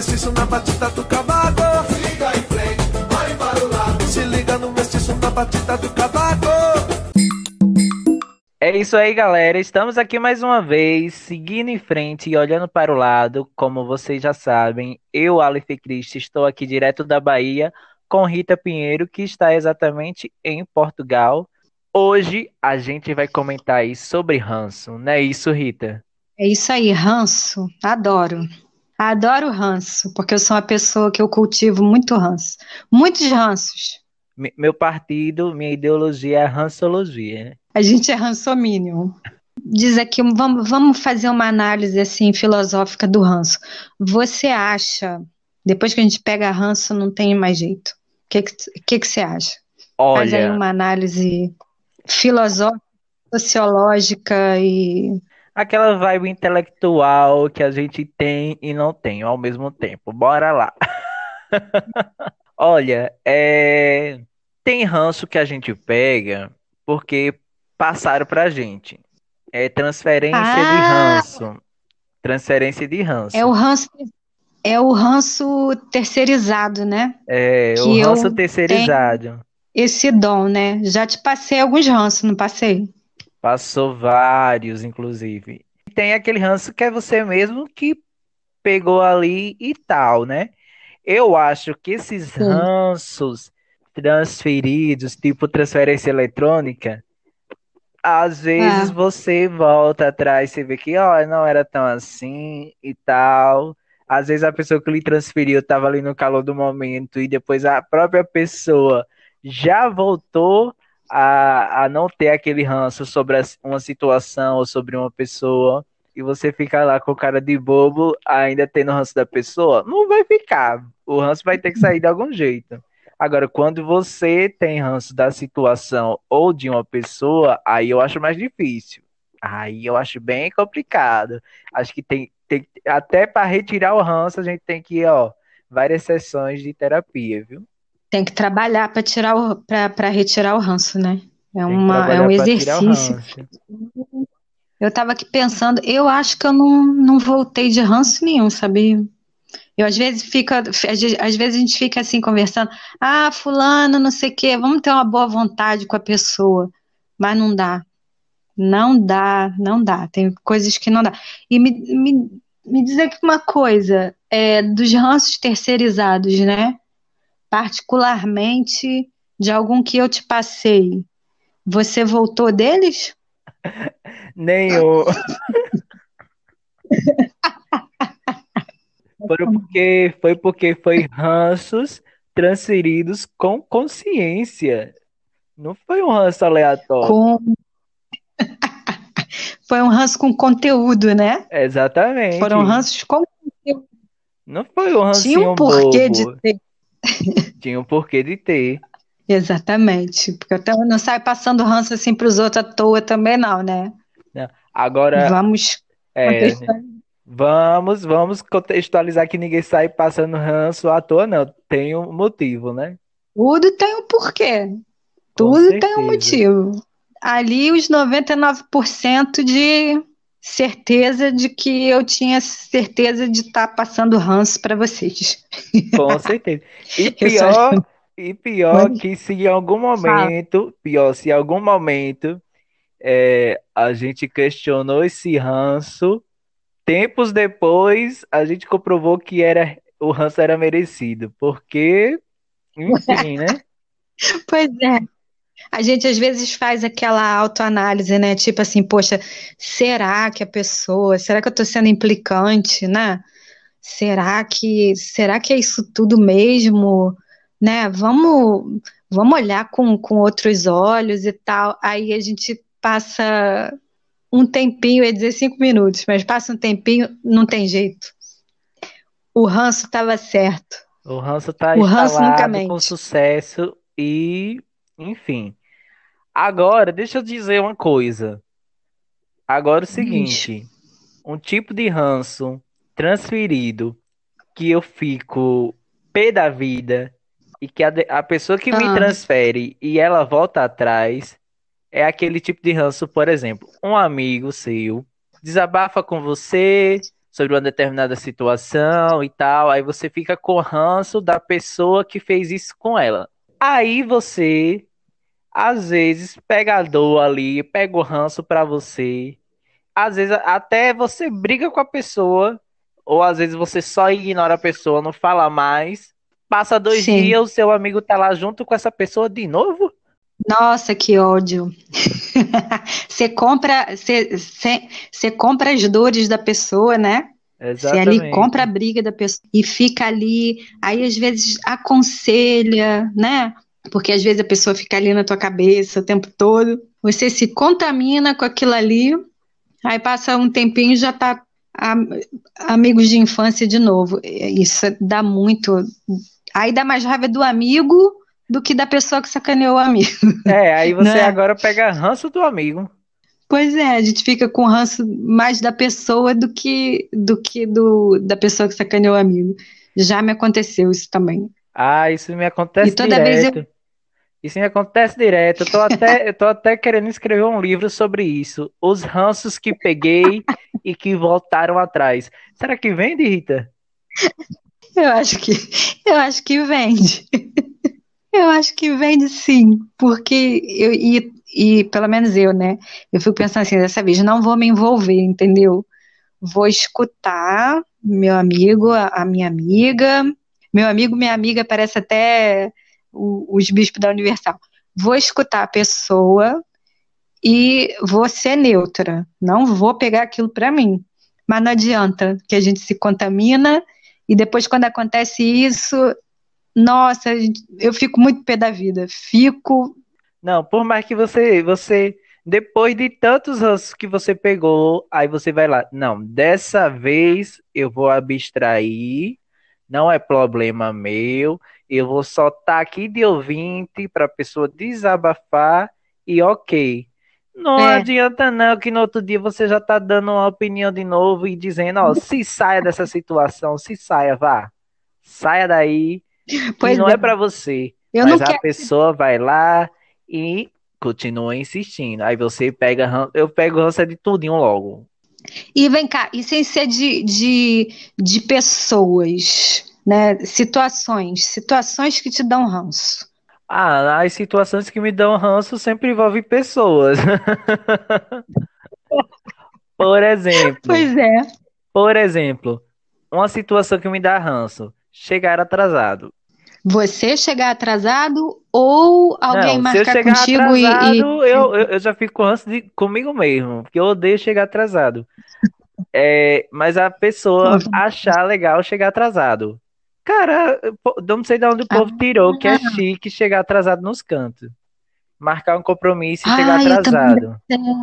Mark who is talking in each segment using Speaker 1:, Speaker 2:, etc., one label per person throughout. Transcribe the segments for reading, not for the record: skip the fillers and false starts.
Speaker 1: mestiço na batida do cavaco. Se liga em frente, olhe para o lado. Se liga no mestiço na batida do cavaco.
Speaker 2: É isso aí, galera. Estamos aqui mais uma vez, seguindo em frente e olhando para o lado. Como vocês já sabem, eu, Aleph Cristo, estou aqui direto da Bahia com Rita Pinheiro, que está exatamente em Portugal. Hoje a gente vai comentar aí sobre ranço, não é isso, Rita?
Speaker 3: É isso aí, ranço. Adoro. Adoro ranço, porque eu sou uma pessoa que eu cultivo muito ranço. Muitos ranços.
Speaker 2: Meu partido, minha ideologia é a rançologia, né?
Speaker 3: A gente é rançominion. Diz aqui, vamos fazer uma análise assim filosófica do ranço. Você acha, depois que a gente pega ranço, não tem mais jeito. O que que você acha? Faz aí
Speaker 2: Olha,
Speaker 3: uma análise filosófica, sociológica e
Speaker 2: aquela vibe intelectual que a gente tem e não tem ao mesmo tempo. Bora lá. Olha, tem ranço que a gente pega porque passaram pra gente. É transferência de
Speaker 3: ah,
Speaker 2: ranço. Transferência de
Speaker 3: é
Speaker 2: ranço.
Speaker 3: o ranço, é o ranço terceirizado, né?
Speaker 2: É o
Speaker 3: Que
Speaker 2: ranço
Speaker 3: eu tenho
Speaker 2: terceirizado.
Speaker 3: esse dom, né? Já te passei alguns ranços, não passei?
Speaker 2: Passou vários, inclusive. E tem aquele ranço que é você mesmo que pegou ali e tal, né? Eu acho que esses
Speaker 3: Sim.
Speaker 2: ranços transferidos, tipo transferência eletrônica, às vezes
Speaker 3: É.
Speaker 2: você volta atrás e vê que, ó, não era tão assim e tal. Às vezes a pessoa que lhe transferiu estava ali no calor do momento e depois a própria pessoa já voltou a não ter aquele ranço sobre uma situação ou sobre uma pessoa. E você fica lá com cara de bobo, ainda tendo ranço da pessoa, não vai ficar. O ranço vai ter que sair de algum jeito. Agora, quando você tem ranço da situação ou de uma pessoa, aí eu acho mais difícil. Aí eu acho bem complicado. Acho que até para retirar o ranço, a gente tem que ir, ó, várias sessões de terapia, viu?
Speaker 3: Tem que trabalhar para tirar para retirar o ranço, né?
Speaker 2: Tem que
Speaker 3: É um
Speaker 2: trabalhar para tirar o
Speaker 3: exercício.
Speaker 2: ranço.
Speaker 3: Eu estava aqui pensando, eu acho que eu não voltei de ranço nenhum, sabia? Eu às vezes às vezes a gente fica assim conversando, fulano, não sei o quê, vamos ter uma boa vontade com a pessoa, mas não dá. Não dá, não dá. Tem coisas que não dá. E me dizer que uma coisa, dos ranços terceirizados, né? Particularmente de algum que eu te passei, você voltou deles?
Speaker 2: Nenhum. Foi porque foi ranços transferidos com consciência. Não foi um ranço aleatório.
Speaker 3: Com, foi um ranço com conteúdo, né? Foram
Speaker 2: Exatamente.
Speaker 3: ranços com conteúdo.
Speaker 2: Não foi um
Speaker 3: Tinha um
Speaker 2: rancinho
Speaker 3: porquê de
Speaker 2: bobo.
Speaker 3: ter.
Speaker 2: Tinha um porquê de ter.
Speaker 3: Exatamente. Porque eu também não saio passando ranço assim para os outros à toa também, não, né?
Speaker 2: Né? Agora,
Speaker 3: Vamos
Speaker 2: é,
Speaker 3: contextualizar.
Speaker 2: vamos contextualizar que ninguém sai passando ranço à toa, não. Tem um motivo, né?
Speaker 3: Tudo tem um porquê.
Speaker 2: Com
Speaker 3: Tudo tem um
Speaker 2: certeza.
Speaker 3: motivo. Ali os 99% de certeza de que eu tinha certeza de estar passando ranço para vocês.
Speaker 2: Com certeza. E
Speaker 3: Eu só
Speaker 2: pior, e pior
Speaker 3: quando
Speaker 2: que se em algum
Speaker 3: falo,
Speaker 2: momento, pior, se em algum momento a gente questionou esse ranço, tempos depois a gente comprovou que o ranço era merecido. Porque, enfim, né?
Speaker 3: pois é, a gente às vezes faz aquela autoanálise, né? Tipo assim, poxa, será que eu estou sendo implicante, né? Será que é isso tudo mesmo, né? Vamos olhar com outros olhos e tal. Aí a gente passa um tempinho, eu ia dizer 5 minutos, mas passa um tempinho, não tem jeito. O ranço estava certo.
Speaker 2: O ranço tá
Speaker 3: O ranço nunca
Speaker 2: instalado com
Speaker 3: mente.
Speaker 2: sucesso e, enfim. Agora, deixa eu dizer uma coisa. Agora é o
Speaker 3: Diz.
Speaker 2: seguinte, um tipo de ranço transferido que eu fico pé da vida e que a pessoa que me
Speaker 3: Ah,
Speaker 2: transfere e ela volta atrás é aquele tipo de ranço, por exemplo, um amigo seu desabafa com você, sobre uma determinada situação e tal, aí você fica com ranço da pessoa que fez isso com ela. Aí você, às vezes, pega a dor ali, pega o ranço pra você. Às vezes até você briga com a pessoa, ou às vezes você só ignora a pessoa, não fala mais. Passa 2 dias,
Speaker 3: Sim.
Speaker 2: o seu amigo tá lá junto com essa pessoa de novo?
Speaker 3: Nossa, que ódio. Você compra as dores da pessoa, né? Você ali compra a
Speaker 2: Exatamente.
Speaker 3: briga da pessoa e fica ali, aí às vezes aconselha, né? Porque às vezes a pessoa fica ali na tua cabeça o tempo todo. Você se contamina com aquilo ali, aí passa um tempinho e já tá am- amigos de infância de novo. Isso dá muito. Aí dá mais raiva do amigo do que da pessoa que sacaneou o amigo,
Speaker 2: É, aí você
Speaker 3: né?
Speaker 2: agora pega ranço do amigo.
Speaker 3: Pois é, a gente fica com ranço mais da pessoa do que da pessoa que sacaneou o amigo. Já me aconteceu isso também.
Speaker 2: Ah, isso me
Speaker 3: E
Speaker 2: acontece
Speaker 3: toda vez eu.
Speaker 2: direto. Isso me acontece direto. Eu tô até querendo escrever um livro sobre isso. Os ranços que peguei e que voltaram atrás. Será que vende, Rita?
Speaker 3: Eu acho que. Eu acho que vende. Eu acho que vende sim. Porque e pelo menos eu, né? Eu fico pensando assim, dessa vez, não vou me envolver, entendeu? Vou escutar meu amigo, a minha amiga. Meu amigo, minha amiga, parece até os bispos da Universal. Vou escutar a pessoa e vou ser neutra. Não vou pegar aquilo para mim. Mas não adianta, que a gente se contamina e depois, quando acontece isso, nossa, eu fico muito pé da vida. Fico.
Speaker 2: Não, por mais que depois de tantos ranços que você pegou, aí você vai lá. Não, dessa vez eu vou abstrair, não é problema meu, eu vou só estar aqui de ouvinte para a pessoa desabafar e ok. Não
Speaker 3: É,
Speaker 2: adianta não que no outro dia você já tá dando uma opinião de novo e dizendo, ó, se saia dessa situação, se saia, vá. Saia daí, que
Speaker 3: pois
Speaker 2: não
Speaker 3: é.
Speaker 2: é para você.
Speaker 3: Eu não
Speaker 2: Mas a
Speaker 3: quero.
Speaker 2: pessoa vai lá e continua insistindo. Aí você pega, eu pego ranço de tudinho logo.
Speaker 3: E vem cá, e sem ser de pessoas, né? Situações que te dão ranço.
Speaker 2: Ah, as situações que me dão ranço sempre envolvem pessoas. Por exemplo,
Speaker 3: Pois é.
Speaker 2: por exemplo, uma situação que me dá ranço, chegar atrasado.
Speaker 3: Você chegar atrasado ou alguém
Speaker 2: Não, se eu
Speaker 3: marcar
Speaker 2: chegar
Speaker 3: contigo
Speaker 2: atrasado, eu já fico com ranço comigo mesmo, porque eu odeio chegar atrasado. É, mas a pessoa achar legal chegar atrasado. Cara, pô, eu não sei de onde o povo tirou que é chique chegar atrasado nos cantos. Marcar um compromisso e chegar
Speaker 3: eu também
Speaker 2: atrasado.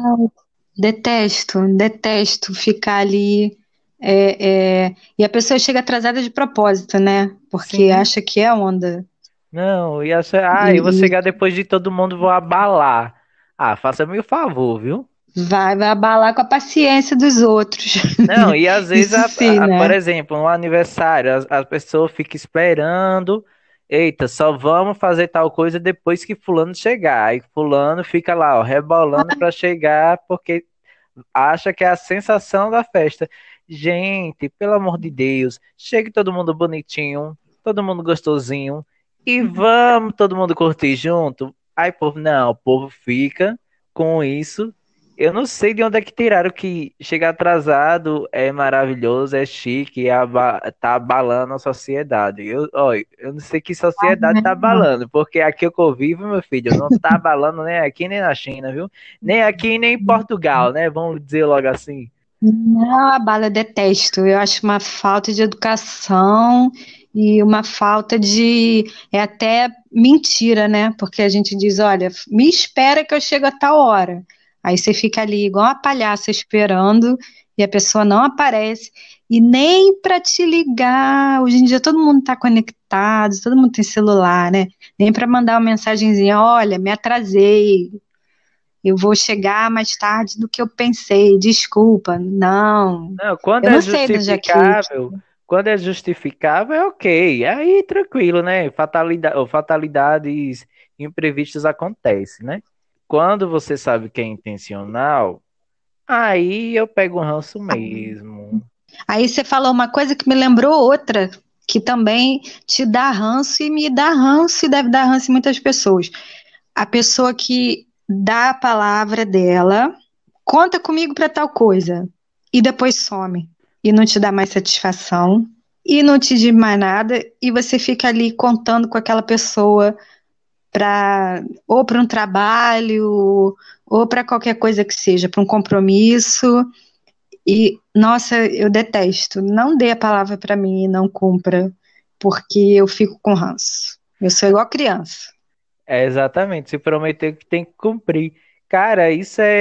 Speaker 3: detesto ficar ali. E a pessoa chega atrasada de propósito, né? Porque
Speaker 2: Sim.
Speaker 3: acha que é onda.
Speaker 2: Não, e essa, eu vou
Speaker 3: E
Speaker 2: chegar depois de todo mundo, vou abalar. Ah, faça-me o favor, viu?
Speaker 3: vai abalar com a paciência dos outros.
Speaker 2: Não, e às vezes,
Speaker 3: Isso sim,
Speaker 2: por
Speaker 3: né?
Speaker 2: exemplo, no aniversário, a pessoa fica esperando. Eita, só vamos fazer tal coisa depois que fulano chegar. Aí fulano fica lá, ó, rebolando pra chegar, porque acha que é a sensação da festa. Gente, pelo amor de Deus, chegue todo mundo bonitinho, todo mundo gostosinho, e vamos todo mundo curtir junto. Aí, povo, não, o povo fica com isso. Eu não sei de onde é que tiraram que chegar atrasado é maravilhoso, é chique, tá abalando a sociedade. Olha, eu não sei que sociedade tá abalando, porque aqui eu convivo, meu filho, não tá abalando nem aqui nem na China, viu? Nem aqui, nem em Portugal, né? Vamos dizer logo assim.
Speaker 3: Não, a bala eu detesto. Eu acho uma falta de educação e uma falta de. É até mentira, né? Porque a gente diz: olha, me espera que eu chego a tal hora. Aí você fica ali igual uma palhaça esperando e a pessoa não aparece. E nem para te ligar. Hoje em dia todo mundo está conectado, todo mundo tem celular, né? Nem para mandar uma mensagenzinha: olha, me atrasei, eu vou chegar mais tarde do que eu pensei, desculpa. Não,
Speaker 2: Não,
Speaker 3: eu não sei de onde é que.
Speaker 2: quando é justificável, é ok. Aí tranquilo, né? Fatalidades imprevistas acontecem, né? Quando você sabe que é intencional, aí eu pego um ranço mesmo.
Speaker 3: Aí você falou uma coisa que me lembrou outra, que também te dá ranço e me dá ranço e deve dar ranço em muitas pessoas. A pessoa que dá a palavra dela, conta comigo para tal coisa, e depois some, e não te dá mais satisfação, e não te diz mais nada, e você fica ali contando com aquela pessoa ou para um trabalho, ou para qualquer coisa que seja, para um compromisso. E, nossa, eu detesto. Não dê a palavra para mim e não cumpra, porque eu fico com ranço. Eu sou igual criança.
Speaker 2: É exatamente, se prometeu que tem que cumprir. Cara,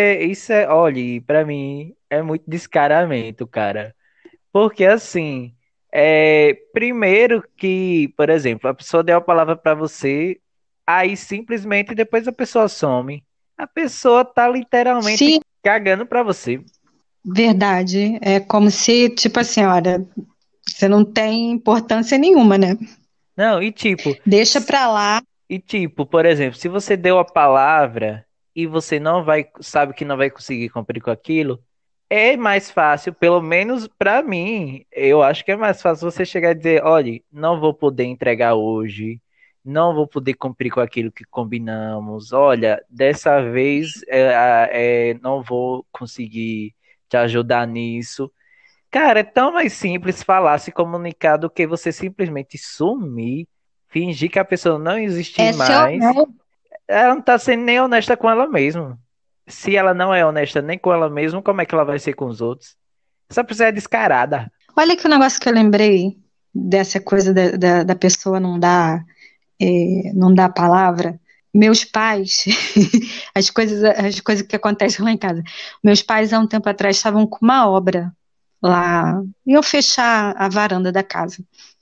Speaker 2: olhe, pra mim é muito descaramento, cara. Porque assim, primeiro que, por exemplo, a pessoa deu a palavra pra você, aí simplesmente depois a pessoa some. A pessoa tá literalmente
Speaker 3: Sim,
Speaker 2: cagando pra você.
Speaker 3: verdade. É como se, tipo assim, olha, você não tem importância nenhuma, né?
Speaker 2: Não, e tipo,
Speaker 3: Deixa pra lá.
Speaker 2: por exemplo, se você deu a palavra e você não vai, sabe que não vai conseguir cumprir com aquilo, é mais fácil, pelo menos pra mim, eu acho que é mais fácil você chegar e dizer, olha, não vou poder entregar hoje, não vou poder cumprir com aquilo que combinamos, olha, dessa vez não vou conseguir te ajudar nisso. Cara, é tão mais simples falar, se comunicar do que você simplesmente sumir, fingir que a pessoa não existe
Speaker 3: É ser
Speaker 2: mais.
Speaker 3: honesto.
Speaker 2: Ela não tá sendo nem honesta com ela mesma. Se ela não é honesta nem com ela mesma, como é que ela vai ser com os outros? Essa pessoa é descarada.
Speaker 3: Olha que o negócio que eu lembrei dessa coisa da pessoa não dar a palavra. Meus pais, as coisas que acontecem lá em casa. Meus pais, há um tempo atrás, estavam com uma obra lá, iam fechar a varanda da casa.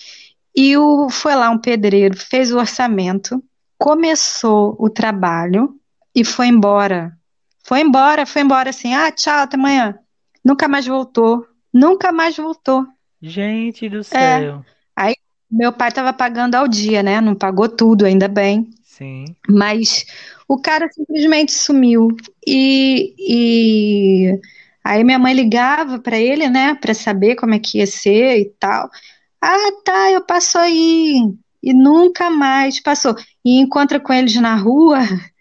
Speaker 3: Foi lá um pedreiro, fez o orçamento, começou o trabalho e foi embora. Foi embora assim, ah, tchau, até amanhã. Nunca mais voltou, nunca mais voltou.
Speaker 2: Gente do
Speaker 3: É.
Speaker 2: céu.
Speaker 3: Aí meu pai estava pagando ao dia, né? Não pagou tudo, ainda bem.
Speaker 2: Sim.
Speaker 3: Mas o cara simplesmente sumiu. E aí minha mãe ligava para ele, né, para saber como é que ia ser e tal. Ah, tá, eu passo aí. E nunca mais passou. E encontra com eles na rua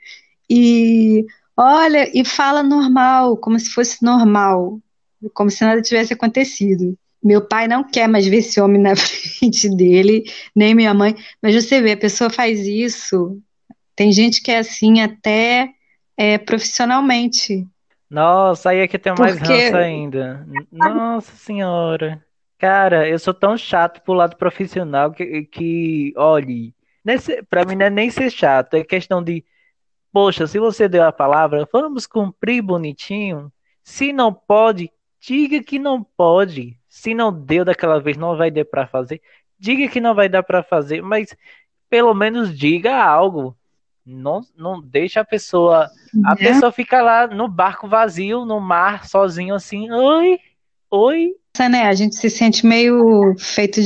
Speaker 3: e olha e fala normal, como se fosse normal, como se nada tivesse acontecido. Meu pai não quer mais ver esse homem na frente dele, nem minha mãe. Mas você vê, a pessoa faz isso. Tem gente que é assim até profissionalmente,
Speaker 2: Nossa, aí é que eu tenho mais ranço
Speaker 3: porque
Speaker 2: ainda. Nossa senhora. Cara, eu sou tão chato pro lado profissional olhe, pra mim não é nem ser chato, é questão de poxa, se você deu a palavra, vamos cumprir bonitinho. Se não pode, diga que não pode. Se não deu daquela vez, não vai dar para fazer. Diga que não vai dar para fazer, mas pelo menos diga algo. Não, não deixa a
Speaker 3: né?
Speaker 2: pessoa fica lá no barco vazio, no mar, sozinho assim. Oi, oi.
Speaker 3: Né? A gente se sente meio feito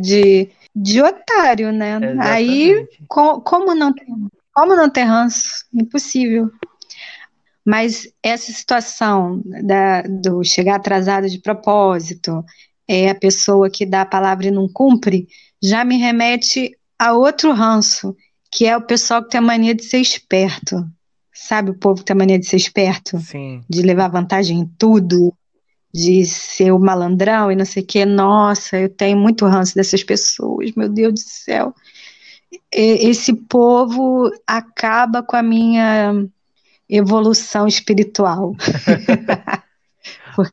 Speaker 3: de otário, né? Aí,
Speaker 2: Exatamente.
Speaker 3: como não ter ranço? Impossível. Mas essa situação do chegar atrasado de propósito, a pessoa que dá a palavra e não cumpre, já me remete a outro ranço, que é o pessoal que tem a mania de ser esperto. Sabe o povo que tem a mania de ser esperto?
Speaker 2: Sim.
Speaker 3: De levar vantagem em tudo, de ser o malandrão e não sei o quê. Nossa, eu tenho muito ranço dessas pessoas, meu Deus do céu. Esse povo acaba com a minha evolução espiritual, porque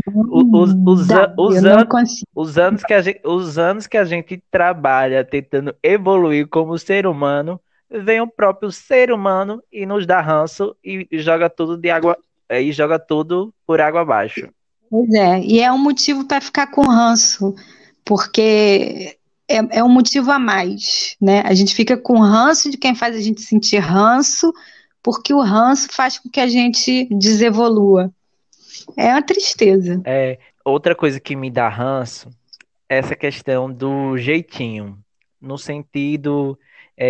Speaker 2: O-
Speaker 3: não
Speaker 2: Os,
Speaker 3: dá,
Speaker 2: a- os,
Speaker 3: eu não
Speaker 2: an-
Speaker 3: consigo.
Speaker 2: os anos que a gente trabalha tentando evoluir como ser humano, vem o próprio ser humano e nos dá ranço e joga tudo de água e joga tudo por água abaixo.
Speaker 3: Pois é, e é um motivo para ficar com ranço, porque é um motivo a mais, né? A gente fica com ranço de quem faz a gente sentir ranço, porque o ranço faz com que a gente desevolua. É uma tristeza.
Speaker 2: Outra coisa que me dá ranço é essa questão do jeitinho, no sentido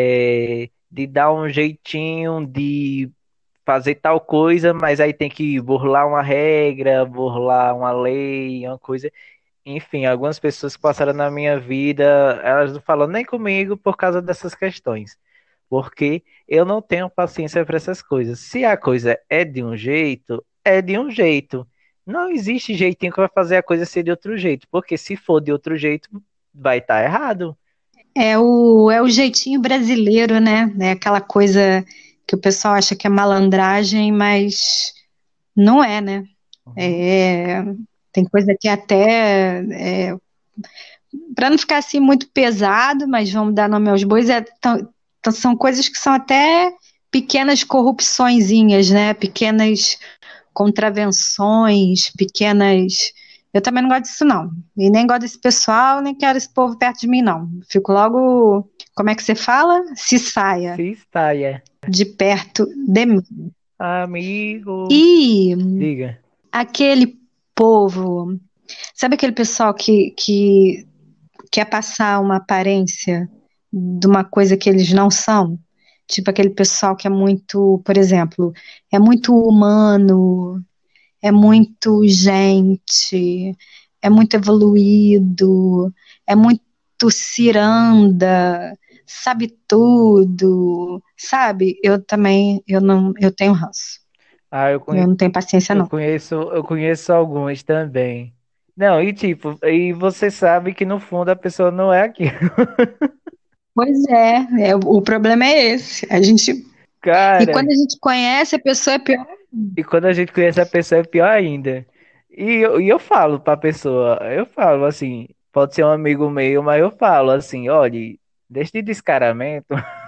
Speaker 2: de dar um jeitinho de fazer tal coisa, mas aí tem que burlar uma regra, burlar uma lei, uma coisa. enfim, algumas pessoas que passaram na minha vida, elas não falam nem comigo por causa dessas questões. Porque eu não tenho paciência para essas coisas. Se a coisa é de um jeito, é de um jeito. Não existe jeitinho que vai fazer a coisa ser de outro jeito. Porque se for de outro jeito, vai estar errado.
Speaker 3: É o jeitinho brasileiro, né? É aquela coisa que o pessoal acha que é malandragem, mas não é, né?
Speaker 2: Uhum.
Speaker 3: É, tem coisa que até, para não ficar assim muito pesado, mas vamos dar nome aos bois, são coisas que são até pequenas corrupçõezinhas, né? Pequenas contravenções, pequenas. Eu também não gosto disso, não. E nem gosto desse pessoal, nem quero esse povo perto de mim, não. Fico logo, como é que você fala? Se saia
Speaker 2: Se está, é.
Speaker 3: de perto de mim.
Speaker 2: Amigo.
Speaker 3: E
Speaker 2: Diga.
Speaker 3: aquele povo, sabe aquele pessoal que quer passar uma aparência de uma coisa que eles não são? Tipo aquele pessoal que é muito, por exemplo, é muito humano, é muito gente, é muito evoluído, é muito ciranda, sabe tudo, sabe? Eu também, eu tenho ranço.
Speaker 2: Ah,
Speaker 3: Eu não tenho paciência, não.
Speaker 2: eu conheço alguns também. Não, e tipo, e você sabe que no fundo a pessoa não é aquilo.
Speaker 3: Pois o problema é esse. E
Speaker 2: Cara,
Speaker 3: quando a gente conhece, a pessoa é pior.
Speaker 2: e quando a gente conhece a pessoa é pior ainda. E eu falo pra pessoa, eu falo assim, pode ser um amigo meu, mas eu falo assim, olha, deixa de descaramento,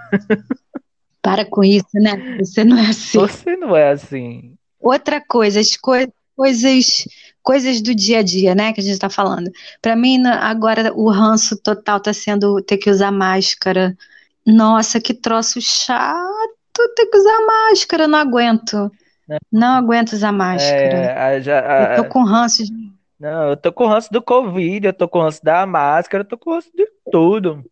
Speaker 3: Para com isso, né? Você não é assim.
Speaker 2: você não é assim.
Speaker 3: Outra coisa, coisas, coisas do dia a dia, né, que a gente está falando. Para mim, agora o ranço total tá sendo ter que usar máscara. Nossa, que troço chato ter que usar máscara, não aguento.
Speaker 2: Né?
Speaker 3: Não aguento usar máscara.
Speaker 2: É,
Speaker 3: Eu tô com ranço de...
Speaker 2: não, eu tô com ranço do Covid, eu tô com ranço da máscara, eu tô com ranço de tudo.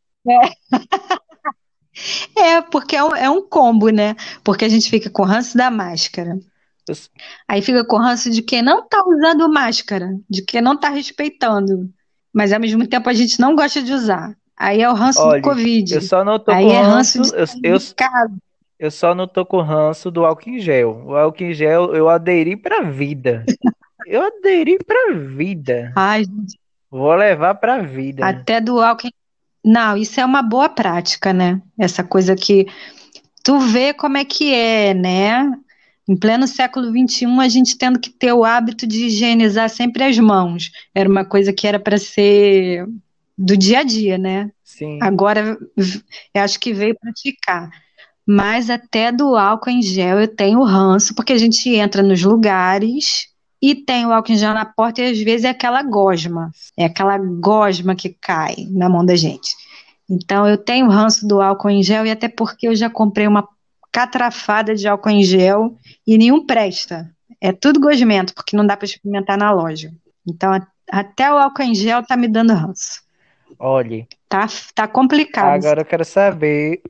Speaker 3: Porque é um combo, né? Porque a gente fica com ranço da máscara.
Speaker 2: Eu-
Speaker 3: Aí fica com ranço de quem não tá usando máscara, de quem não tá respeitando. Mas ao mesmo tempo a gente não gosta de usar. Aí é o ranço do
Speaker 2: olha, eu
Speaker 3: Covid.
Speaker 2: só não tô
Speaker 3: Aí
Speaker 2: com
Speaker 3: é ranço
Speaker 2: ranço,
Speaker 3: de sair de casa.
Speaker 2: eu só não tô com ranço do álcool em gel. O álcool em gel eu aderi pra vida. Eu aderi pra vida.
Speaker 3: Ai, gente,
Speaker 2: Vou levar pra vida.
Speaker 3: até do álcool. Não, isso é uma boa prática, né? Essa coisa que tu vê como é que é, né? Em pleno século XXI, a gente tendo que ter o hábito de higienizar sempre as mãos. Era uma coisa que era para ser do dia a dia, né?
Speaker 2: Sim.
Speaker 3: Agora, eu acho que veio para ficar. Mas até do álcool em gel eu tenho ranço, porque a gente entra nos lugares e tem o álcool em gel na porta e às vezes é aquela gosma. É aquela gosma que cai na mão da gente. Então eu tenho ranço do álcool em gel e até porque eu já comprei uma catrafada de álcool em gel e nenhum presta. É tudo gosmento, porque não dá para experimentar na loja. Então até o álcool em gel tá me dando ranço.
Speaker 2: Olhe,
Speaker 3: Tá, tá complicado.
Speaker 2: agora eu quero saber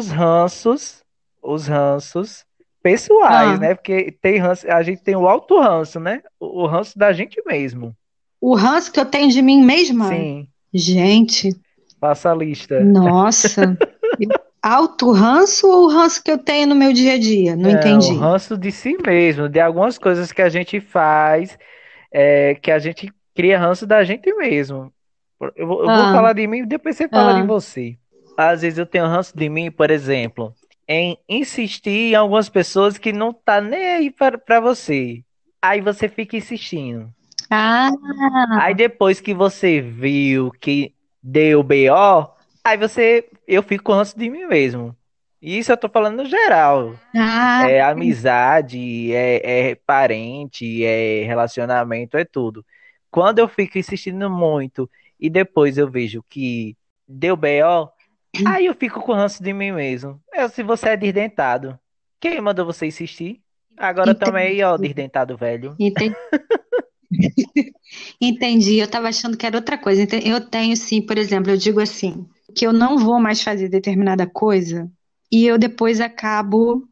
Speaker 2: os ranços pessoais,
Speaker 3: Ah,
Speaker 2: né? Porque tem ranço, a gente tem o alto ranço, né? O ranço da gente mesmo.
Speaker 3: o ranço que eu tenho de mim mesma,
Speaker 2: Sim,
Speaker 3: gente,
Speaker 2: faça a lista.
Speaker 3: nossa. Alto ranço ou o ranço que eu tenho no meu dia a dia? Não
Speaker 2: Não,
Speaker 3: entendi.
Speaker 2: ranço de si mesmo, de algumas coisas que a gente faz, que a gente cria ranço da gente mesmo. Eu vou
Speaker 3: Ah,
Speaker 2: falar de mim, depois você fala de
Speaker 3: ah,
Speaker 2: você. Às vezes eu tenho ranço de mim, por exemplo, em insistir em algumas pessoas que não tá nem aí para você. Aí você fica insistindo. Aí
Speaker 3: ah,
Speaker 2: depois que você viu que deu BO, eu fico com ranço de mim mesmo. E isso eu tô falando no geral.
Speaker 3: ah,
Speaker 2: É amizade, é parente, é relacionamento, é tudo. Quando eu fico insistindo muito e depois eu vejo que deu BO, aí eu fico com ranço de mim mesmo. Se você é desdentado, quem mandou você insistir? Agora também
Speaker 3: entendi,
Speaker 2: aí, ó, desdentado velho.
Speaker 3: entendi, entendi. Eu estava achando que era outra coisa. Eu tenho, sim, por exemplo, eu digo assim, que eu não vou mais fazer determinada coisa e eu depois acabo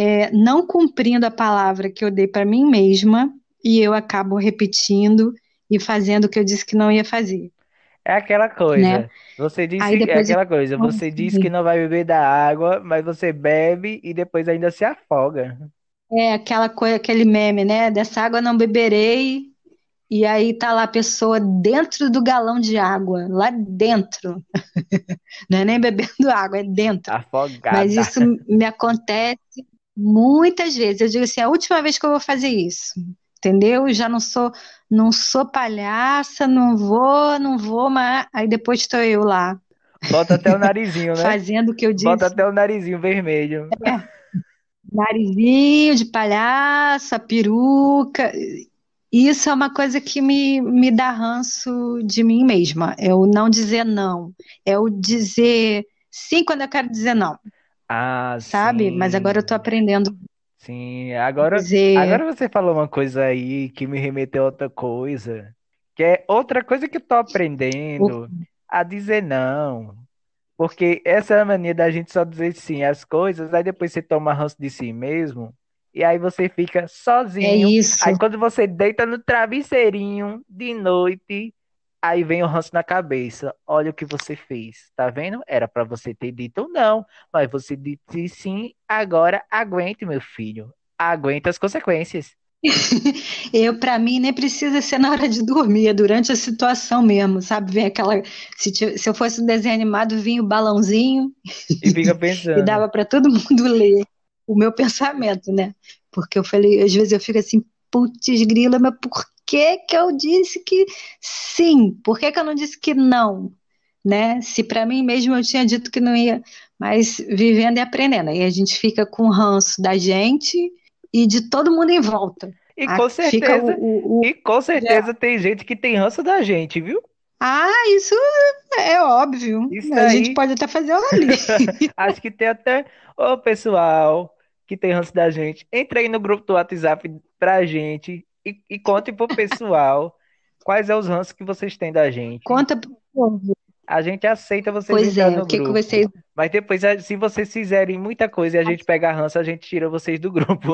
Speaker 3: não cumprindo a palavra que eu dei para mim mesma e eu acabo repetindo e fazendo o que eu disse que não ia fazer,
Speaker 2: É aquela
Speaker 3: né?
Speaker 2: coisa.
Speaker 3: Aí
Speaker 2: É
Speaker 3: depois eu
Speaker 2: aquela coisa. Você disse que
Speaker 3: assim,
Speaker 2: não vai beber da água, mas você bebe e depois ainda se afoga.
Speaker 3: é aquela coisa, aquele meme, né? Dessa água não beberei. E aí tá lá a pessoa dentro do galão de água, lá dentro. Não é nem bebendo água, é dentro. Mas
Speaker 2: Afogada.
Speaker 3: isso me acontece muitas vezes. Eu digo assim, é a última vez que eu vou fazer isso. Entendeu? Já não sou palhaça, não vou, mas aí depois estou eu lá,
Speaker 2: Bota até o narizinho, né?
Speaker 3: fazendo o que eu
Speaker 2: Bota
Speaker 3: disse.
Speaker 2: até o narizinho vermelho.
Speaker 3: É, narizinho de palhaço, a peruca. Isso é uma coisa que me dá ranço de mim mesma. É o não dizer não. É o dizer sim quando eu quero dizer não,
Speaker 2: Ah,
Speaker 3: sabe? Mas agora eu tô
Speaker 2: sim.
Speaker 3: aprendendo
Speaker 2: Sim.
Speaker 3: a
Speaker 2: Agora
Speaker 3: dizer.
Speaker 2: você falou uma coisa aí que me remeteu a outra coisa. Que é outra coisa que eu tô
Speaker 3: o-
Speaker 2: aprendendo a dizer não. Porque essa é a mania da gente só dizer sim às coisas, aí depois você toma ranço de si mesmo, e aí você fica
Speaker 3: É
Speaker 2: sozinho. Aí
Speaker 3: isso.
Speaker 2: quando você deita no travesseirinho de noite, aí vem o ranço na cabeça. Olha o que você fez, tá vendo? Era pra você ter dito não, mas você disse sim, agora aguente, meu filho. Aguenta as consequências.
Speaker 3: Para mim, nem precisa ser na hora de dormir, é durante a situação mesmo, sabe? Vem aquela. Se eu fosse um desenho animado, vinha o balãozinho
Speaker 2: E fica
Speaker 3: e
Speaker 2: pensando.
Speaker 3: dava para todo mundo ler o meu pensamento, né? Porque eu falei, às vezes eu fico assim, putz, grila, mas por que que eu disse que sim? Por que que eu não disse que não? Né? Se para mim mesmo eu tinha dito que não ia, mas vivendo e aprendendo. Aí a gente fica com ranço da gente e de todo mundo em volta.
Speaker 2: E
Speaker 3: Ah,
Speaker 2: com
Speaker 3: fica
Speaker 2: certeza, e com certeza tem gente que tem ranço da gente, viu?
Speaker 3: isso é óbvio.
Speaker 2: Isso
Speaker 3: A gente
Speaker 2: aí.
Speaker 3: pode até fazer uma ali.
Speaker 2: Acho que tem até o pessoal que tem ranço da gente. Entre aí no grupo do WhatsApp pra gente e conte pro pessoal quais é os ranços que vocês têm da gente.
Speaker 3: Conta pro povo.
Speaker 2: A gente aceita vocês
Speaker 3: Pois
Speaker 2: entrar
Speaker 3: é,
Speaker 2: no
Speaker 3: o que que
Speaker 2: grupo.
Speaker 3: vocês.
Speaker 2: Mas depois, se vocês fizerem muita coisa e a gente pegar ranço, a gente tira vocês do grupo.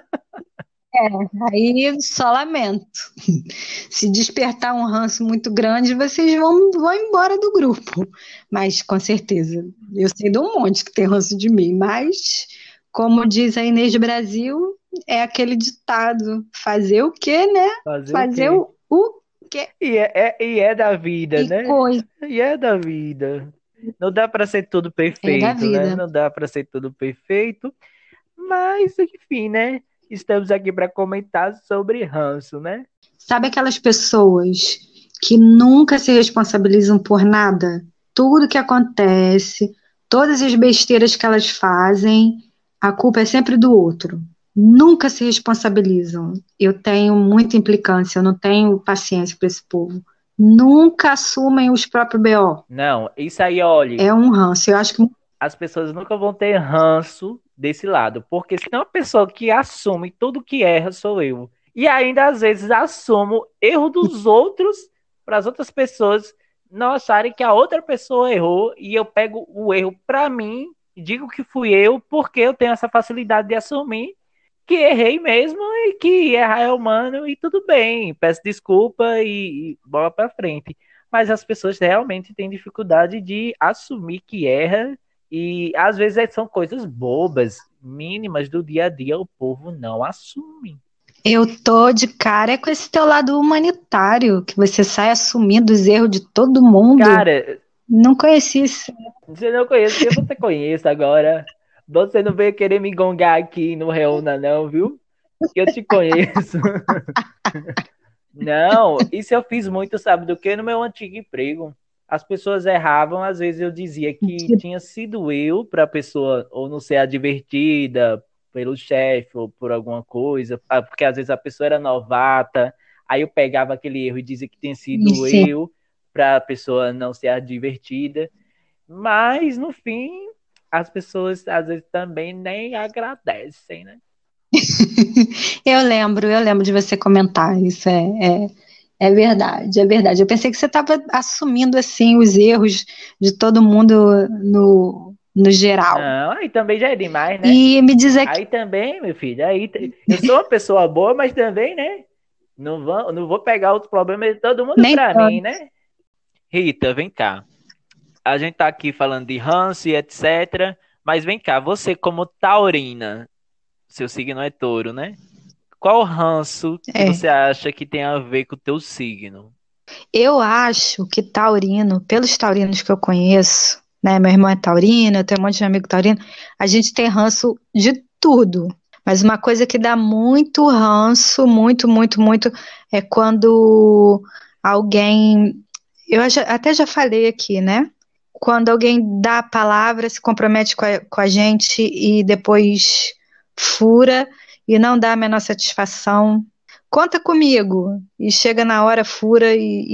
Speaker 3: Aí só lamento. Se despertar um ranço muito grande, vocês vão embora do grupo. Mas com certeza, eu sei de um monte que tem ranço de mim. Mas, como diz a Inês Brasil, é aquele ditado: fazer o quê, né?
Speaker 2: Fazer o
Speaker 3: Fazer
Speaker 2: quê?
Speaker 3: o quê?
Speaker 2: E é da vida,
Speaker 3: E
Speaker 2: né?
Speaker 3: coisa.
Speaker 2: E é da vida. Não dá pra ser tudo
Speaker 3: É da
Speaker 2: perfeito, né?
Speaker 3: vida.
Speaker 2: Não dá pra ser tudo perfeito. Mas, enfim, né? Estamos aqui para comentar sobre ranço, né?
Speaker 3: Sabe aquelas pessoas que nunca se responsabilizam por nada? Tudo que acontece, todas as besteiras que elas fazem, a culpa é sempre do outro. Nunca se responsabilizam. Eu tenho muita implicância, eu não tenho paciência para esse povo. Nunca assumem os próprios BO.
Speaker 2: Não, isso aí, olhe,
Speaker 3: É um ranço. Eu acho que
Speaker 2: as pessoas nunca vão ter ranço desse lado, porque se tem uma pessoa que assume tudo que erra, sou eu. E ainda às vezes assumo erro dos outros para as outras pessoas não acharem que a outra pessoa errou e eu pego o erro para mim, digo que fui eu, porque eu tenho essa facilidade de assumir que errei mesmo e que errar é humano e tudo bem, peço desculpa e bola para frente. Mas as pessoas realmente têm dificuldade de assumir que erra e às vezes são coisas bobas, mínimas do dia a dia, o povo não assume.
Speaker 3: eu tô de cara com esse teu lado humanitário, que você sai assumindo os erros de todo mundo.
Speaker 2: Cara,
Speaker 3: Não conheci isso.
Speaker 2: você não conhece, porque você conhece agora. Você não veio querer me gongar aqui no Reúna, não, viu? Que eu te conheço. Não, isso eu fiz muito, sabe do que? No meu antigo emprego. As pessoas erravam, às vezes eu dizia que tinha sido eu para a pessoa ou não ser advertida pelo chefe ou por alguma coisa, porque às vezes a pessoa era novata, aí eu pegava aquele erro e dizia que tinha sido
Speaker 3: Sim.
Speaker 2: eu para a pessoa não ser advertida, mas no fim as pessoas às vezes também nem agradecem, né?
Speaker 3: Eu lembro de você comentar, isso é verdade, é verdade. Eu pensei que você estava assumindo assim os erros de todo mundo no geral.
Speaker 2: Não, aí também já é demais, né?
Speaker 3: E me diz aqui,
Speaker 2: Aí também, meu filho, eu sou uma pessoa boa, mas também, né? Não vou pegar os problemas de todo mundo
Speaker 3: Nem
Speaker 2: pra mim,
Speaker 3: tanto.
Speaker 2: né? Rita, vem cá. A gente tá aqui falando de ranço e etc. Mas vem cá, você como taurina, seu signo é touro, né? Qual ranço que
Speaker 3: É.
Speaker 2: você acha que tem a ver com o teu signo?
Speaker 3: Eu acho que taurino, pelos taurinos que eu conheço, né? Meu irmão é taurino, eu tenho um monte de amigo taurino, a gente tem ranço de tudo. Mas uma coisa que dá muito ranço, muito, muito, muito, é quando alguém. Até já falei aqui, né? Quando alguém dá a palavra, se compromete com a gente e depois fura e não dá a menor satisfação. Conta comigo. E chega na hora, fura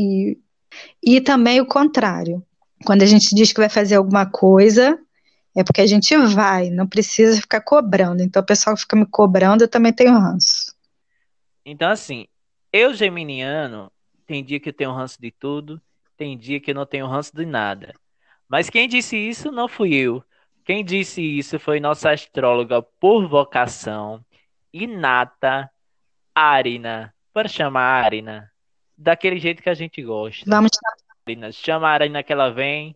Speaker 3: e também o contrário. Quando a gente diz que vai fazer alguma coisa, é porque a gente vai, não precisa ficar cobrando. Então, o pessoal que fica me cobrando, eu também tenho ranço.
Speaker 2: Então, assim, eu geminiano, tem dia que eu tenho ranço de tudo, tem dia que eu não tenho ranço de nada. Mas quem disse isso não fui eu. Quem disse isso foi nossa astróloga por vocação, Inata Arina. Para chamar a Arina. Daquele jeito que a gente gosta.
Speaker 3: Vamos.
Speaker 2: Arina, chama a Arina que ela vem.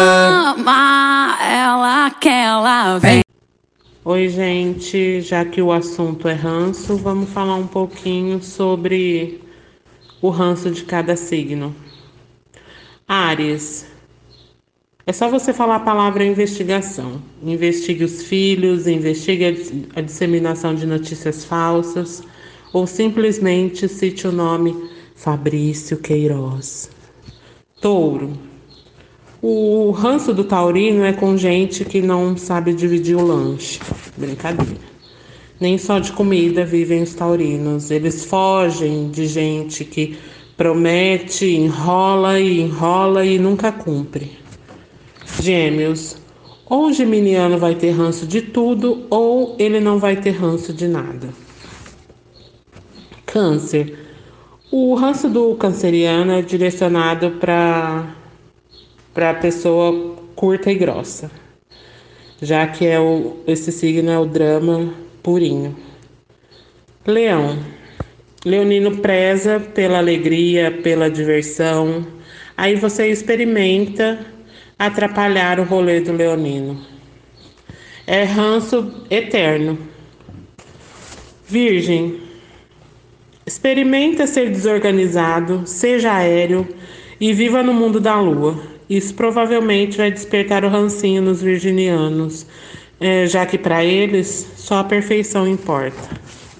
Speaker 4: Chama ela que ela vem. Oi, gente. Já que o assunto é ranço, vamos falar um pouquinho sobre o ranço de cada signo. Áries. É só você falar a palavra investigação. Investigue os filhos, investigue a disseminação de notícias falsas ou simplesmente cite o nome Fabrício Queiroz. Touro. O ranço do taurino é com gente que não sabe dividir o lanche. Brincadeira. Nem só de comida vivem os taurinos. Eles fogem de gente que promete, enrola e nunca cumpre. Gêmeos. Ou o geminiano vai ter ranço de tudo, ou ele não vai ter ranço de nada. Câncer. O ranço do canceriano é direcionado para a pessoa curta e grossa, já que esse signo é o drama purinho. Leão. Leonino preza pela alegria, pela diversão. Aí você experimenta atrapalhar o rolê do leonino. É ranço eterno. Virgem. Experimenta ser desorganizado, seja aéreo e viva no mundo da lua. Isso provavelmente vai despertar o rancinho nos virginianos, já que para eles só a perfeição importa.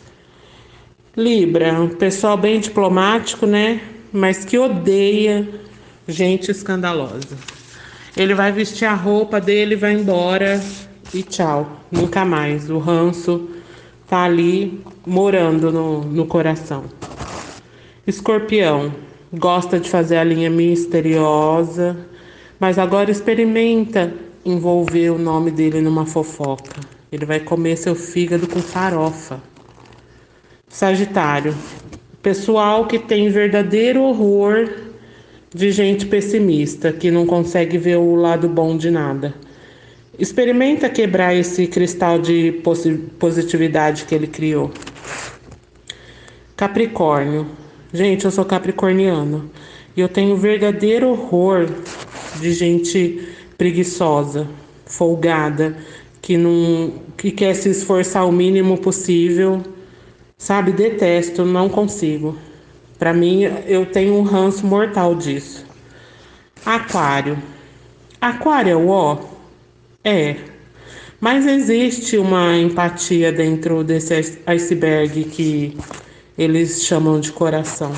Speaker 4: Libra, um pessoal bem diplomático, né? Mas que odeia gente escandalosa. Ele vai vestir a roupa dele, vai embora e tchau, nunca mais. O ranço tá ali morando no coração. Escorpião, gosta de fazer a linha misteriosa, mas agora experimenta envolver o nome dele numa fofoca. Ele vai comer seu fígado com farofa. Sagitário, pessoal que tem verdadeiro horror de gente pessimista, que não consegue ver o lado bom de nada. Experimenta quebrar esse cristal de positividade que ele criou. Capricórnio. Gente, eu sou capricorniano e eu tenho verdadeiro horror de gente preguiçosa, folgada, que quer se esforçar o mínimo possível. Sabe, detesto, não consigo. Para mim, eu tenho um ranço mortal disso. Aquário. Aquário é o ó? É. Mas existe uma empatia dentro desse iceberg que eles chamam de coração.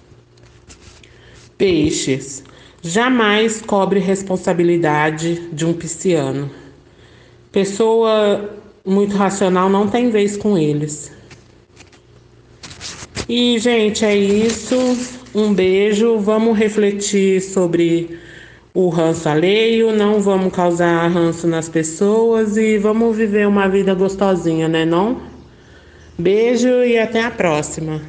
Speaker 4: Peixes. Jamais cobre responsabilidade de um pisciano. Pessoa muito racional não tem vez com eles. E, gente, é isso. Um beijo. Vamos refletir sobre o ranço alheio, não vamos causar ranço nas pessoas e vamos viver uma vida gostosinha, né, não? Beijo e até a próxima.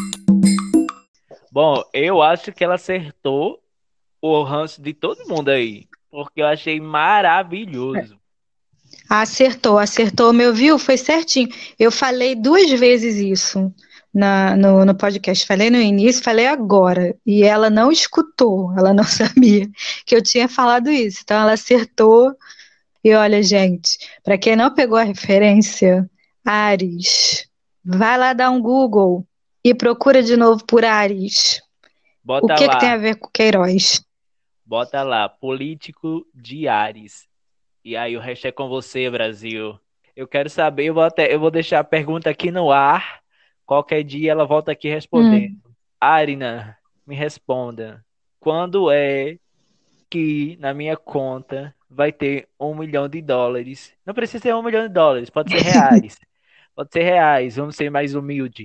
Speaker 2: Bom, eu acho que ela acertou o ranço de todo mundo aí. Porque eu achei maravilhoso.
Speaker 3: Acertou, me ouviu? Foi certinho. Eu falei 2 vezes isso. no podcast. Falei no início, falei agora. E ela não escutou, ela não sabia que eu tinha falado isso. Então ela acertou. E olha, gente, para quem não pegou a referência, Ares, vai lá dar um Google e procura de novo por Ares. O
Speaker 2: Bota
Speaker 3: que tem a
Speaker 2: lá,
Speaker 3: ver com Queiroz?
Speaker 2: bota lá, político de Ares. E aí o resto é com você, Brasil. Eu quero saber, eu vou deixar a pergunta aqui no ar. Qualquer dia ela volta aqui respondendo.
Speaker 3: Hum.
Speaker 2: Arina, me responda. Quando é que na minha conta vai ter US$ 1 milhão? Não precisa ser US$ 1 milhão, pode ser reais. Pode ser reais, vamos ser mais humilde.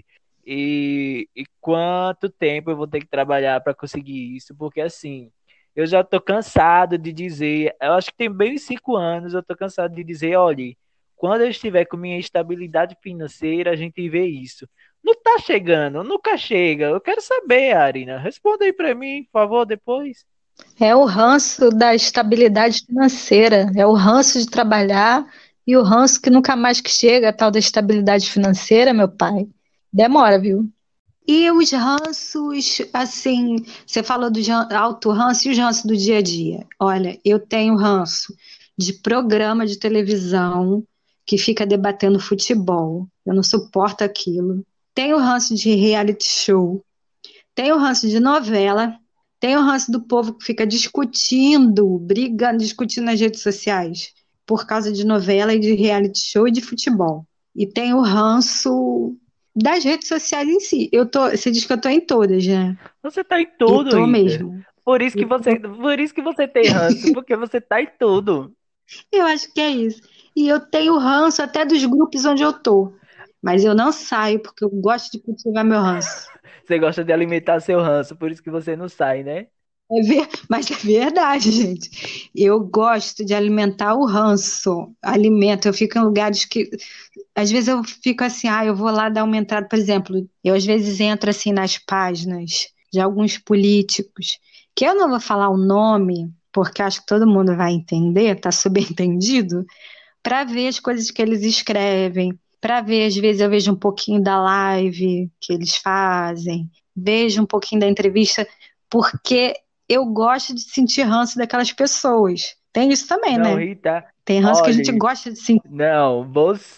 Speaker 2: E quanto tempo eu vou ter que trabalhar para conseguir isso? Porque assim, eu já tô cansado de dizer, eu acho que tem bem uns 5 anos, eu tô cansado de dizer, olha, quando eu estiver com minha estabilidade financeira, a gente vê isso. Não tá chegando, nunca chega. Eu quero saber, Arina. Responda aí para mim, por favor, depois.
Speaker 3: É o ranço da estabilidade financeira, é o ranço de trabalhar e o ranço que nunca mais que chega, a tal da estabilidade financeira, meu pai. Demora, viu? E os ranços, assim, você falou do auto-ranço e os ranços do dia a dia. Olha, eu tenho ranço de programa de televisão que fica debatendo futebol. Eu não suporto aquilo. Tenho ranço de reality show. Tenho ranço de novela. Tenho ranço do povo que fica discutindo, brigando, discutindo nas redes sociais por causa de novela e de reality show e de futebol. E tenho ranço das redes sociais em si. Você diz que eu tô em todas, né?
Speaker 2: Você tá em
Speaker 3: Eu
Speaker 2: tudo,
Speaker 3: tô
Speaker 2: Rita.
Speaker 3: mesmo. Eu,
Speaker 2: Por isso que você tem ranço, porque você tá em tudo.
Speaker 3: eu acho que é isso. E eu tenho ranço até dos grupos onde eu tô. Mas eu não saio porque eu gosto de cultivar meu ranço.
Speaker 2: Você gosta de alimentar seu ranço, por isso que você não sai, né?
Speaker 3: Mas é verdade, gente. Eu gosto de alimentar o ranço. Alimento. Eu fico em lugares que. Às vezes eu fico assim, eu vou lá dar uma entrada. Por exemplo, eu às vezes entro assim nas páginas de alguns políticos, que eu não vou falar o nome, porque acho que todo mundo vai entender, tá subentendido, para ver as coisas que eles escrevem, para ver, às vezes eu vejo um pouquinho da live que eles fazem, vejo um pouquinho da entrevista, porque eu gosto de sentir ranço daquelas pessoas. Tem isso também,
Speaker 2: Não,
Speaker 3: né?
Speaker 2: Rita,
Speaker 3: Tem ranço que a gente
Speaker 2: olhe,
Speaker 3: gosta de sentir.
Speaker 2: não,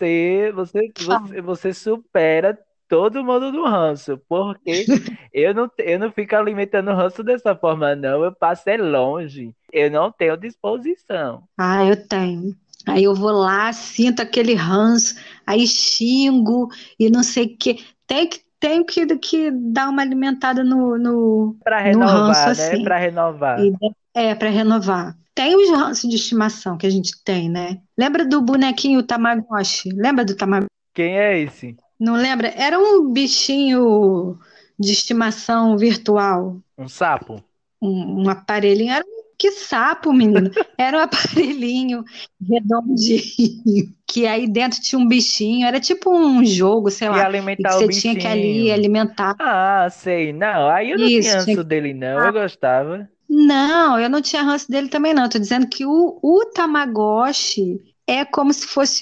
Speaker 2: você supera todo mundo no ranço, porque eu não fico alimentando ranço dessa forma, não. Eu passo é longe. Eu não tenho disposição.
Speaker 3: Ah, eu tenho. Aí eu vou lá, sinto aquele ranço, aí xingo e não sei o quê. Tenho que dar uma alimentada
Speaker 2: Para
Speaker 3: no ranço
Speaker 2: renovar, né?
Speaker 3: assim.
Speaker 2: Para renovar.
Speaker 3: E para renovar. Tem os ranços de estimação que a gente tem, né? Lembra do bonequinho Tamagotchi? Lembra do Tamagotchi?
Speaker 2: Quem é esse?
Speaker 3: Não lembra? Era um bichinho de estimação virtual.
Speaker 2: Um sapo?
Speaker 3: Um aparelhinho. Que sapo, menino. Era um aparelhinho redondinho. Que aí dentro tinha um bichinho. Era tipo um jogo, sei
Speaker 2: Que
Speaker 3: lá. E que
Speaker 2: alimentar o
Speaker 3: você tinha que ali
Speaker 2: bichinho.
Speaker 3: alimentar.
Speaker 2: Ah, sei. Não, aí eu não tinha
Speaker 3: Isso, tinha
Speaker 2: ranço
Speaker 3: que.
Speaker 2: dele, não. Eu gostava.
Speaker 3: Não, eu não tinha ranço dele também, não. Tô dizendo que o Tamagotchi é como se fosse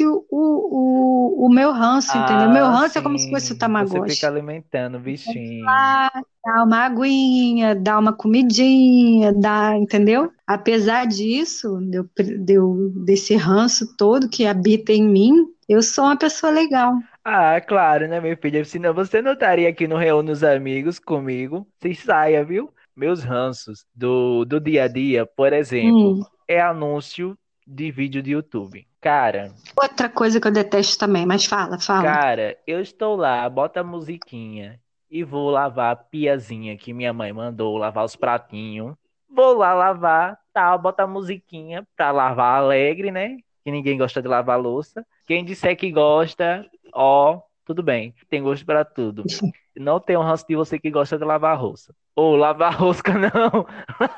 Speaker 3: o meu ranço, entendeu? O meu
Speaker 2: Ah,
Speaker 3: ranço é como se fosse o
Speaker 2: sim. Você fica
Speaker 3: Tamagotchi.
Speaker 2: alimentando o bichinho.
Speaker 3: Lá, dá uma aguinha, dá uma comidinha, entendeu? Apesar disso, desse ranço todo que habita em mim, eu sou uma pessoa legal.
Speaker 2: Ah, claro, né, meu filho? Senão você não estaria aqui no Reúne os Amigos comigo. Se saia, viu? Meus ranços do dia a dia, por exemplo,
Speaker 3: Hum.
Speaker 2: é anúncio de vídeo de YouTube.
Speaker 3: Outra coisa que eu detesto também, mas fala.
Speaker 2: Eu estou lá, bota a musiquinha e vou lavar a piazinha que minha mãe mandou lavar os pratinhos. Vou lá lavar, tal, bota a musiquinha pra lavar alegre, né? Que ninguém gosta de lavar louça. Quem disser que gosta, ó, tudo bem, tem gosto pra tudo. Não tem um ranço de você que gosta de lavar louça. Ou lavar rosca, não.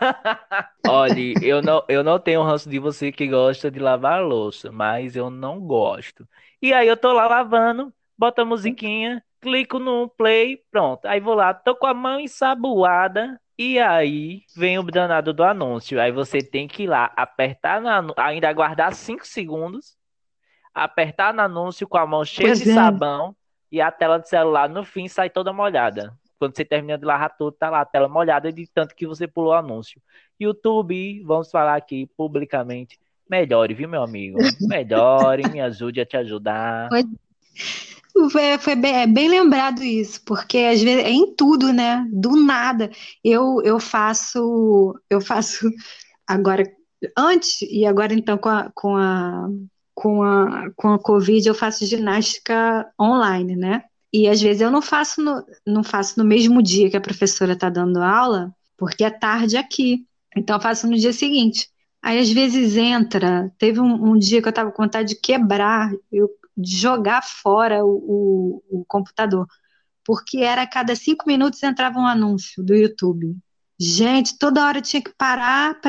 Speaker 2: Olhe, eu não tenho ranço de você que gosta de lavar louça, mas eu não gosto. E aí eu tô lá lavando, boto a musiquinha, clico no play, pronto. Aí vou lá, tô com a mão ensaboada. E aí vem o danado do anúncio. Aí você tem que ir lá, apertar ainda aguardar 5 segundos, apertar no anúncio com a mão cheia
Speaker 3: Pois
Speaker 2: de
Speaker 3: é.
Speaker 2: sabão, e a tela do celular no fim sai toda molhada. Quando você termina de lavar tudo, tá lá a tela molhada de tanto que você pulou o anúncio. YouTube, vamos falar aqui publicamente, melhore, viu, meu amigo? Melhore, me ajude a te ajudar.
Speaker 3: É bem lembrado isso, porque às vezes é em tudo, né? Do nada. Eu faço agora, antes e agora então com a Covid eu faço ginástica online, né? E às vezes eu não faço no mesmo dia que a professora está dando aula, porque é tarde aqui. Então eu faço no dia seguinte. Aí às vezes teve um dia que eu estava com vontade de quebrar, de jogar fora o computador, porque era a cada 5 minutos entrava um anúncio do YouTube. Gente, toda hora eu tinha que parar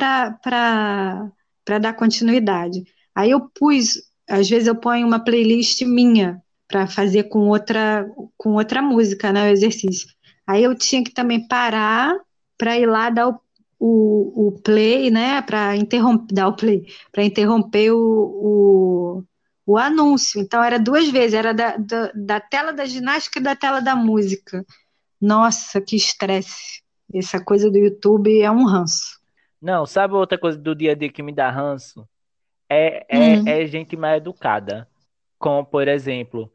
Speaker 3: para dar continuidade. Aí às vezes eu ponho uma playlist minha para fazer com outra música, né, o exercício. Aí eu tinha que também parar para ir lá dar o play, né, para interromper, dar o play, para interromper o anúncio. Então era duas vezes, era da tela da ginástica e da tela da música. Nossa, que estresse. Essa coisa do YouTube é um ranço.
Speaker 2: Não, sabe outra coisa do dia a dia que me dá ranço? É,
Speaker 3: Hum.
Speaker 2: é gente mal educada. Com, por exemplo,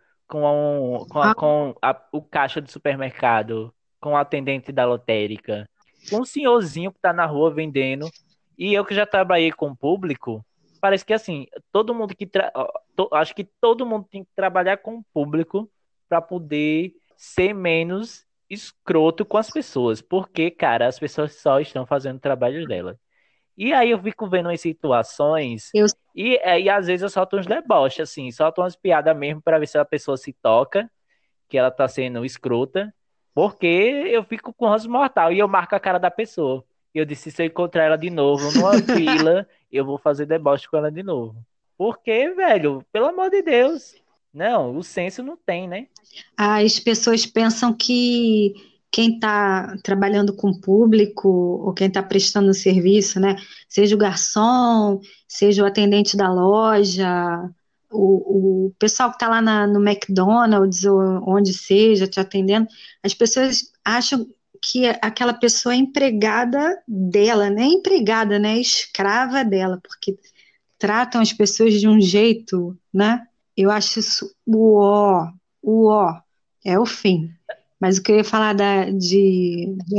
Speaker 2: com o caixa do supermercado, com o atendente da lotérica, com o senhorzinho que tá na rua vendendo. E eu que já trabalhei com o público, parece que assim, todo mundo acho que todo mundo tem que trabalhar com o público para poder ser menos escroto com as pessoas, porque, cara, as pessoas só estão fazendo o trabalho delas. E aí eu fico vendo as situações
Speaker 3: Eu,
Speaker 2: e às vezes eu solto uns deboches, assim, solto umas piadas mesmo para ver se a pessoa se toca, que ela tá sendo escrota, porque eu fico com ranço mortal e eu marco a cara da pessoa. Eu disse, se eu encontrar ela de novo numa fila, eu vou fazer deboche com ela de novo. Porque, velho, pelo amor de Deus, não, o senso não tem, né?
Speaker 3: as pessoas pensam que quem está trabalhando com público ou quem está prestando serviço, né, seja o garçom, seja o atendente da loja, o pessoal que está lá no McDonald's ou onde seja te atendendo, as pessoas acham que aquela pessoa é empregada dela, não é empregada, né, é escrava dela, porque tratam as pessoas de um jeito, né? Eu acho isso o ó, é o fim. Mas o que eu ia falar de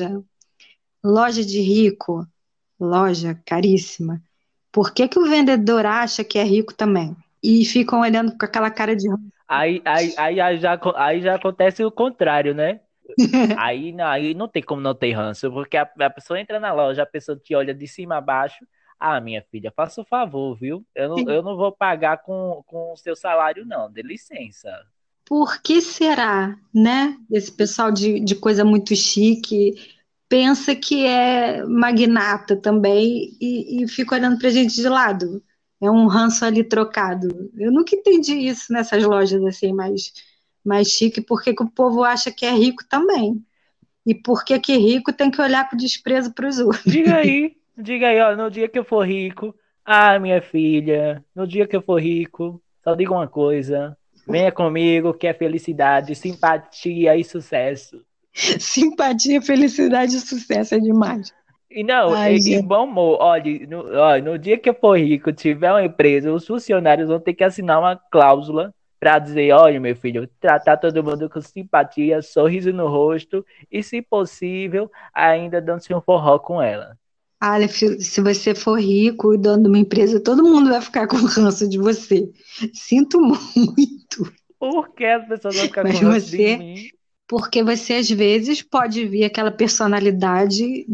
Speaker 3: loja de rico, loja caríssima. Por que que o vendedor acha que é rico também? E ficam olhando com aquela cara de.
Speaker 2: Aí já acontece o contrário, né? Aí não tem como não ter ranço, porque a pessoa entra na loja, a pessoa te olha de cima a baixo. Ah, minha filha, faça o favor, viu? Eu não vou pagar com o seu salário, não. Dê licença.
Speaker 3: Por que será, né? Esse pessoal de coisa muito chique pensa que é magnata também e fica olhando pra gente de lado. É um ranço ali trocado. Eu nunca entendi isso nessas lojas assim mais chique, porque que o povo acha que é rico também. E por que que rico tem que olhar com desprezo para os outros.
Speaker 2: Diga aí, ó, no dia que eu for rico, ah, minha filha, no dia que eu for rico, só diga uma coisa, venha comigo, que é felicidade, simpatia e sucesso.
Speaker 3: Simpatia, felicidade e sucesso é demais.
Speaker 2: E não,
Speaker 3: Ai,
Speaker 2: e
Speaker 3: gente.
Speaker 2: bom humor, olha, no dia que eu for rico, tiver uma empresa, os funcionários vão ter que assinar uma cláusula para dizer, olha, meu filho, tratar todo mundo com simpatia, sorriso no rosto e, se possível, ainda dando-se um forró com ela.
Speaker 3: Olha, se você for rico e dono de uma empresa, todo mundo vai ficar com ranço de você. Sinto muito.
Speaker 2: Por que as pessoas vão ficar com
Speaker 3: Mas
Speaker 2: ranço de
Speaker 3: você,
Speaker 2: mim?
Speaker 3: porque você às vezes pode vir aquela personalidade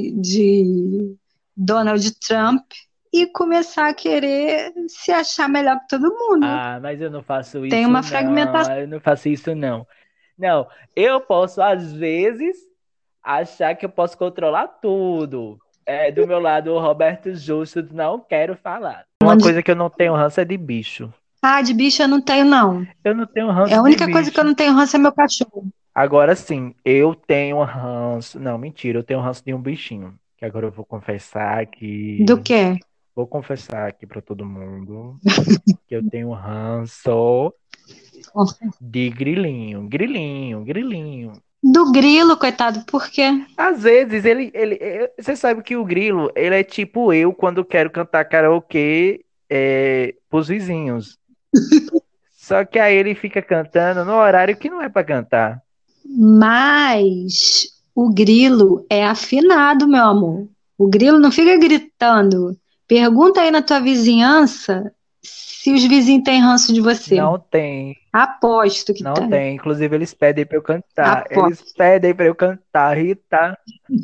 Speaker 3: de Donald Trump e começar a querer se achar melhor que todo mundo.
Speaker 2: Ah, mas eu não faço
Speaker 3: Tem
Speaker 2: isso
Speaker 3: uma
Speaker 2: não,
Speaker 3: fragmentação.
Speaker 2: eu não faço isso não. Não, eu posso às vezes achar que eu posso controlar tudo. É, do meu lado, o Roberto Justo, não quero falar. Uma coisa que eu não tenho ranço é de bicho.
Speaker 3: Ah, de bicho eu não tenho, não.
Speaker 2: Eu não tenho
Speaker 3: É
Speaker 2: ranço
Speaker 3: a
Speaker 2: de
Speaker 3: única coisa que eu
Speaker 2: bicho.
Speaker 3: não tenho ranço é meu cachorro.
Speaker 2: Agora sim, eu tenho ranço. Não, mentira, eu tenho ranço de um bichinho. Que agora eu vou confessar
Speaker 3: Do
Speaker 2: que.
Speaker 3: quê?
Speaker 2: Vou confessar aqui pra todo mundo que eu tenho ranço De grilinho, grilinho, grilinho.
Speaker 3: Do grilo, coitado, por quê?
Speaker 2: Às vezes você sabe que o grilo, ele é tipo eu quando quero cantar karaokê pros vizinhos. Só que aí ele fica cantando no horário que não é pra cantar.
Speaker 3: Mas o grilo é afinado, meu amor. O grilo não fica gritando. Pergunta aí na tua vizinhança se os vizinhos têm ranço de você.
Speaker 2: Não tem,
Speaker 3: Aposto que
Speaker 2: não
Speaker 3: tem.
Speaker 2: tem. Inclusive eles pedem pra eu cantar. Eles
Speaker 3: Aposto.
Speaker 2: pedem pra eu cantar, Rita.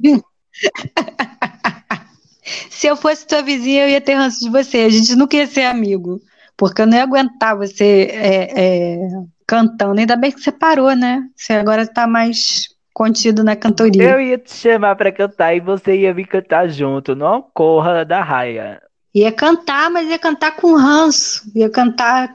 Speaker 3: Se eu fosse tua vizinha, eu ia ter ranço de você. A gente nunca ia ser amigo. Porque eu não ia aguentar você cantando. Ainda bem que você parou, né? Você agora tá mais contido na cantoria.
Speaker 2: Eu ia te chamar pra cantar e você ia me cantar junto. Não corra da raia.
Speaker 3: Ia cantar, mas ia cantar com ranço. Ia cantar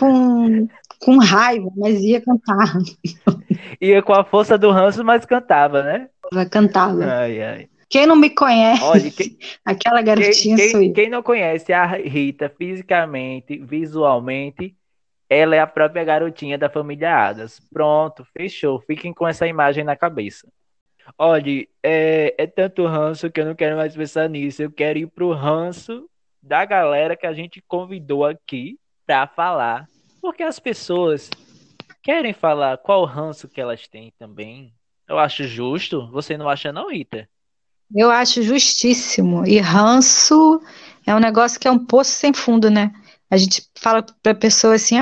Speaker 3: com raiva, mas ia cantar.
Speaker 2: Ia com a força do ranço, mas cantava, né?
Speaker 3: Cantava.
Speaker 2: Ai, ai.
Speaker 3: Quem não me
Speaker 2: Olha,
Speaker 3: conhece, aquela garotinha sou eu.
Speaker 2: quem não conhece a Rita fisicamente, visualmente, ela é a própria garotinha da família Adas. Pronto, fechou. Fiquem com essa imagem na cabeça. Olha, é tanto ranço que eu não quero mais pensar nisso. Eu quero ir pro ranço da galera que a gente convidou aqui pra falar. Porque as pessoas querem falar qual ranço que elas têm também. Eu acho justo. Você não acha não, Rita?
Speaker 3: Eu acho justíssimo. E ranço é um negócio que é um poço sem fundo, né? A gente fala pra pessoa assim: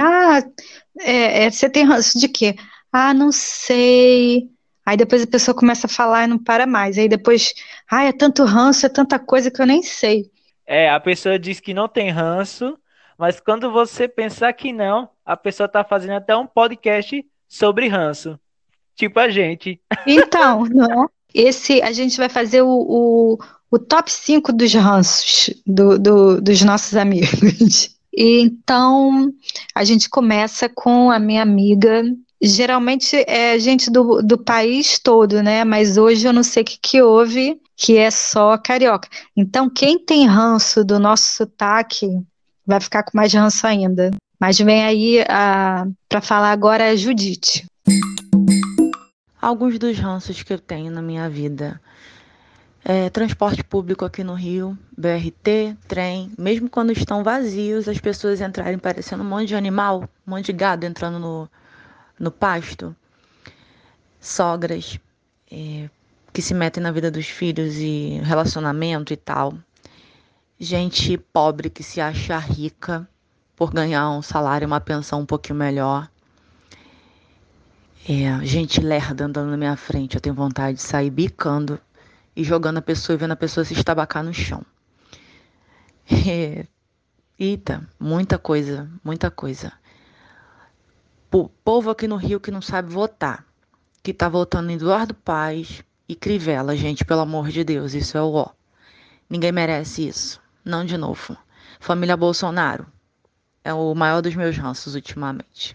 Speaker 3: você tem ranço de quê? Ah, não sei. Aí depois a pessoa começa a falar e não para mais. Aí depois, é tanto ranço, é tanta coisa que eu nem sei.
Speaker 2: A pessoa diz que não tem ranço, mas quando você pensar que não, a pessoa tá fazendo até um podcast sobre ranço. Tipo a gente.
Speaker 3: Então, não. A gente vai fazer o top 5 dos ranços dos nossos amigos. E então, a gente começa com a minha amiga. Geralmente é gente do país todo, né? Mas hoje eu não sei o que houve, que é só carioca. Então, quem tem ranço do nosso sotaque vai ficar com mais ranço ainda. Mas vem aí para falar agora a Judite.
Speaker 5: Alguns dos ranços que eu tenho na minha vida transporte público aqui no Rio, BRT, trem, mesmo quando estão vazios, as pessoas entrarem parecendo um monte de animal, um monte de gado entrando no pasto. Sogras que se metem na vida dos filhos e relacionamento e tal. Gente pobre que se acha rica por ganhar um salário e uma pensão um pouquinho melhor. Gente lerda andando na minha frente. Eu tenho vontade de sair bicando e jogando a pessoa e vendo a pessoa se estabacar no chão. Eita, muita coisa, muita coisa. Povo aqui no Rio que não sabe votar, que tá votando em Eduardo Paes e Crivella, gente, pelo amor de Deus, isso é o ó. Ninguém merece isso. Não de novo. Família Bolsonaro é o maior dos meus ranços ultimamente.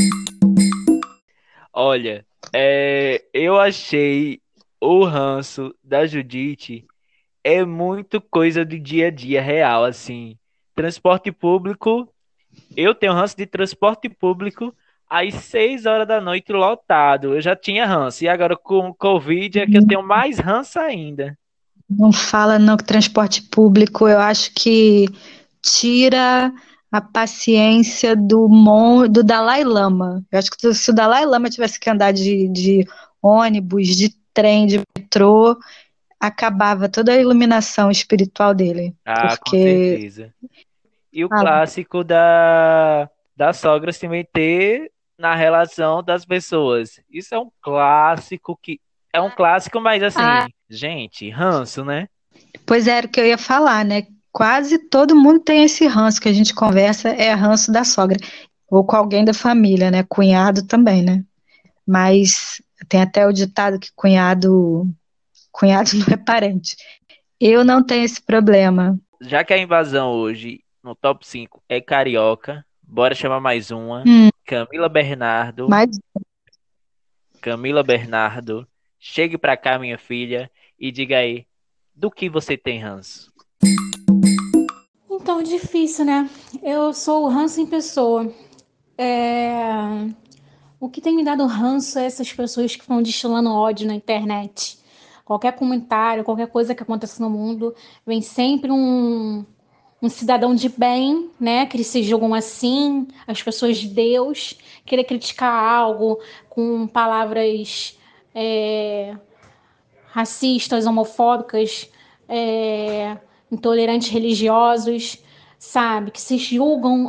Speaker 2: Olha, eu achei o ranço da Judite é muito coisa do dia a dia real, assim. Transporte público, eu tenho ranço de transporte público às 6 horas da noite lotado. Eu já tinha ranço. E agora com o Covid é que eu tenho mais ranço ainda.
Speaker 3: Não fala não que transporte público, eu acho que tira a paciência do Dalai Lama. Eu acho que se o Dalai Lama tivesse que andar de ônibus, de trem, de metrô, acabava toda a iluminação espiritual dele.
Speaker 2: Ah, com
Speaker 3: Porque
Speaker 2: certeza. E o
Speaker 3: ah,
Speaker 2: clássico da sogra se meter na relação das pessoas. Isso é um clássico que. É um clássico, mas assim,
Speaker 3: ah,
Speaker 2: gente, ranço, né?
Speaker 3: pois era o que eu ia falar, né? Quase todo mundo tem esse ranço que a gente conversa, é ranço da sogra. Ou com alguém da família, né? Cunhado também, né? Mas tem até o ditado que cunhado não é parente. Eu não tenho esse problema.
Speaker 2: Já que a invasão hoje no top 5 é carioca, bora chamar mais uma.
Speaker 3: Hum,
Speaker 2: Camila Bernardo.
Speaker 3: mas
Speaker 2: Camila Bernardo, chegue pra cá, minha filha, e diga aí, do que você tem ranço?
Speaker 6: Então, difícil, né? Eu sou o ranço em pessoa. É, O que tem me dado ranço é essas pessoas que estão destilando ódio na internet. Qualquer comentário, qualquer coisa que aconteça no mundo, vem sempre um cidadão de bem, né? Que eles se julgam assim, as pessoas de Deus, querer criticar algo com palavras é, racistas, homofóbicas, é, intolerantes religiosos, sabe? Que se julgam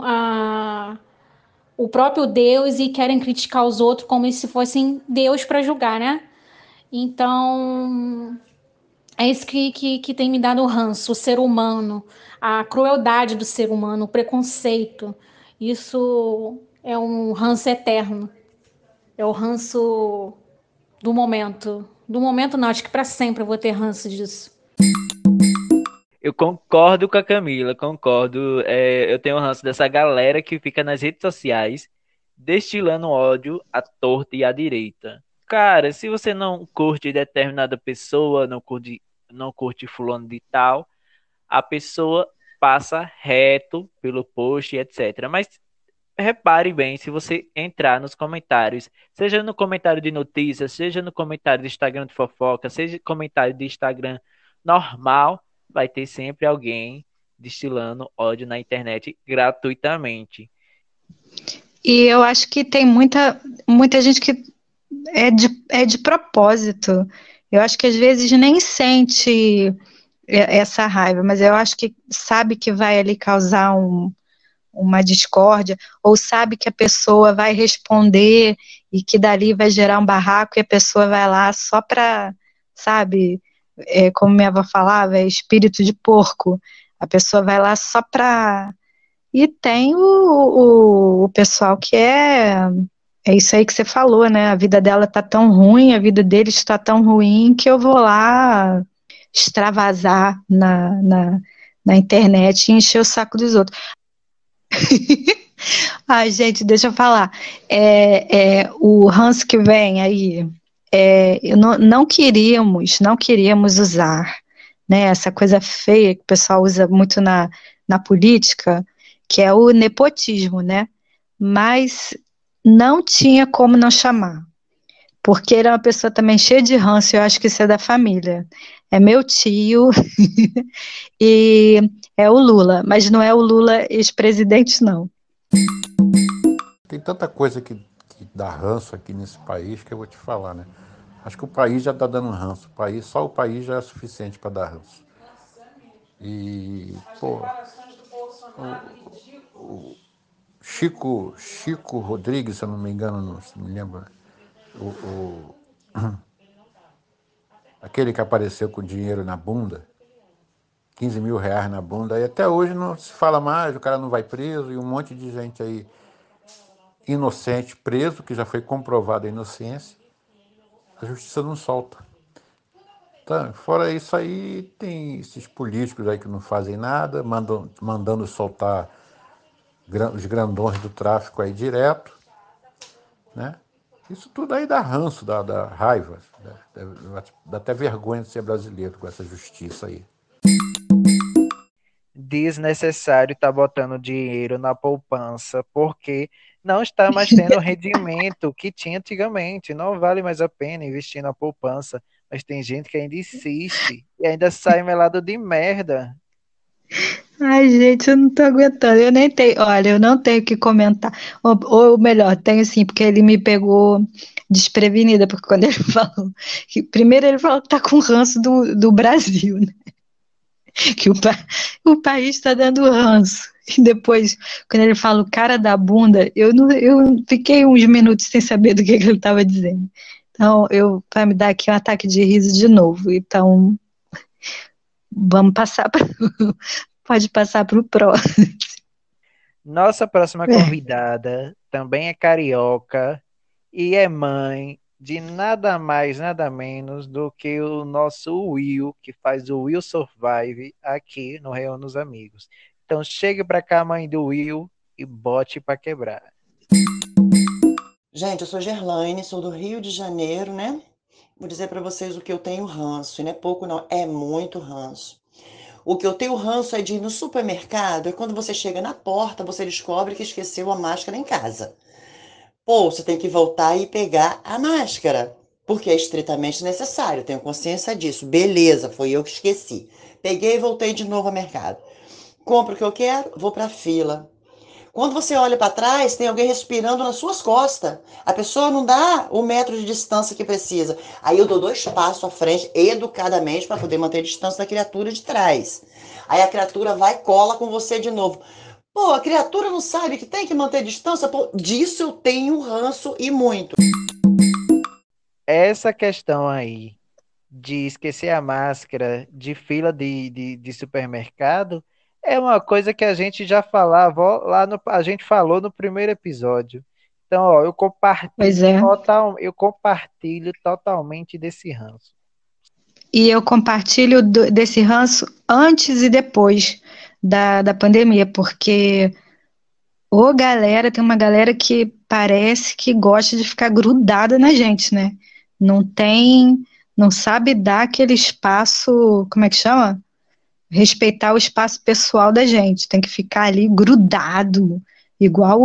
Speaker 6: o próprio Deus e querem criticar os outros como se fossem Deus para julgar, né? Então, é isso que tem me dado o ranço, o ser humano, a crueldade do ser humano, o preconceito. Isso é um ranço eterno. É o ranço do momento. Do momento não, acho que para sempre eu vou ter ranço disso.
Speaker 2: Eu concordo com a Camila, concordo. Eu tenho um ranço dessa galera que fica nas redes sociais destilando ódio à torta e à direita. Cara, se você não curte determinada pessoa, não curte fulano de tal, a pessoa passa reto pelo post, etc. Mas repare bem, se você entrar nos comentários, seja no comentário de notícias, seja no comentário do Instagram de fofoca, seja comentário de Instagram normal, vai ter sempre alguém destilando ódio na internet gratuitamente.
Speaker 3: E eu acho que tem muita gente que é de propósito. Eu acho que às vezes nem sente essa raiva, mas eu acho que sabe que vai ali causar uma discórdia, ou sabe que a pessoa vai responder e que dali vai gerar um barraco e a pessoa vai lá só para, sabe, como minha avó falava, é espírito de porco. A pessoa vai lá só para. E tem o pessoal que é isso aí que você falou, né? A vida dela tá tão ruim, a vida deles está tão ruim que eu vou lá extravasar na internet e encher o saco dos outros. Ai, gente, deixa eu falar. O ranço que vem aí, não queríamos usar, né, essa coisa feia que o pessoal usa muito na política, que é o nepotismo, né? Mas não tinha como não chamar, porque ele é uma pessoa também cheia de ranço, eu acho que isso é da família. É meu tio e é o Lula, mas não é o Lula ex-presidente, não.
Speaker 7: Tem tanta coisa que dá ranço aqui nesse país que eu vou te falar, né? Acho que o país já está dando ranço. Só o país já é suficiente para dar ranço. E, pô, o Chico Rodrigues, se eu não me engano, não me lembro, o, aquele que apareceu com dinheiro na bunda, 15 mil reais na bunda, e até hoje não se fala mais, o cara não vai preso, e um monte de gente aí inocente preso, que já foi comprovada a inocência, a justiça não solta. Tá, fora isso aí, tem esses políticos aí que não fazem nada, mandando soltar os grandões do tráfico aí direto, né? Isso tudo aí dá ranço, dá raiva, dá até vergonha de ser brasileiro com essa justiça aí.
Speaker 2: Desnecessário estar botando dinheiro na poupança, porque não está mais tendo o rendimento que tinha antigamente. Não vale mais a pena investir na poupança. Mas tem gente que ainda insiste e ainda sai melado de merda.
Speaker 3: Ai, gente, eu não tô aguentando. Eu nem tenho, olha, eu não tenho o que comentar. Ou melhor, tenho sim, porque ele me pegou desprevenida, porque quando ele falou. Primeiro ele falou que tá com ranço do Brasil, né? Que o país está dando ranço. E depois, quando ele fala o cara da bunda, eu fiquei uns minutos sem saber do que ele estava dizendo. Então, vai me dar aqui um ataque de riso de novo. Então, vamos passar para. Pode passar para o próximo.
Speaker 2: Nossa próxima convidada também é carioca e é mãe de nada mais, nada menos do que o nosso Will, que faz o Will Survive aqui no Reúne os Amigos. Então chegue pra cá, mãe do Will, e bote pra quebrar.
Speaker 8: Gente, eu sou Gerlaine, sou do Rio de Janeiro, né? Vou dizer para vocês o que eu tenho ranço, e não é pouco não, é muito ranço. O que eu tenho ranço é de ir no supermercado e quando você chega na porta, você descobre que esqueceu a máscara em casa. Pô, você tem que voltar e pegar a máscara, porque é estritamente necessário, eu tenho consciência disso. Beleza, foi eu que esqueci. Peguei e voltei de novo ao mercado. Compro o que eu quero, vou para a fila. Quando você olha para trás, tem alguém respirando nas suas costas. A pessoa não dá o metro de distância que precisa. Aí eu dou 2 passos à frente, educadamente, para poder manter a distância da criatura de trás. Aí a criatura vai e cola com você de novo. Pô, a criatura não sabe que tem que manter distância? Pô, disso eu tenho ranço e muito.
Speaker 2: Essa questão aí de esquecer a máscara de fila de supermercado é uma coisa que a gente já falava ó, a gente falou no primeiro episódio. Então, ó,
Speaker 3: Pois é.
Speaker 2: eu compartilho totalmente desse ranço.
Speaker 3: E eu compartilho desse ranço antes e depois da pandemia, porque tem uma galera que parece que gosta de ficar grudada na gente, né? Não tem, não sabe dar aquele espaço, como é que chama? Respeitar o espaço pessoal da gente, tem que ficar ali grudado, igual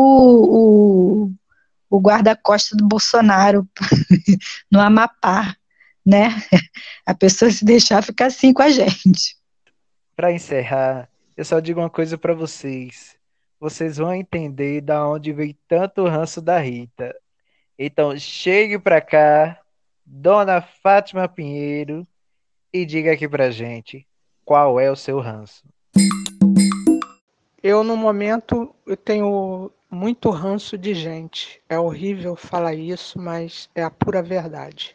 Speaker 3: o guarda-costas do Bolsonaro no Amapá, né? A pessoa se deixar ficar assim com a gente.
Speaker 2: Para encerrar, eu só digo uma coisa para vocês. Vocês vão entender da onde veio tanto ranço da Rita. Então, chegue para cá, Dona Fátima Pinheiro, e diga aqui pra gente qual é o seu ranço.
Speaker 9: Eu, no momento, eu tenho muito ranço de gente. É horrível falar isso, mas é a pura verdade.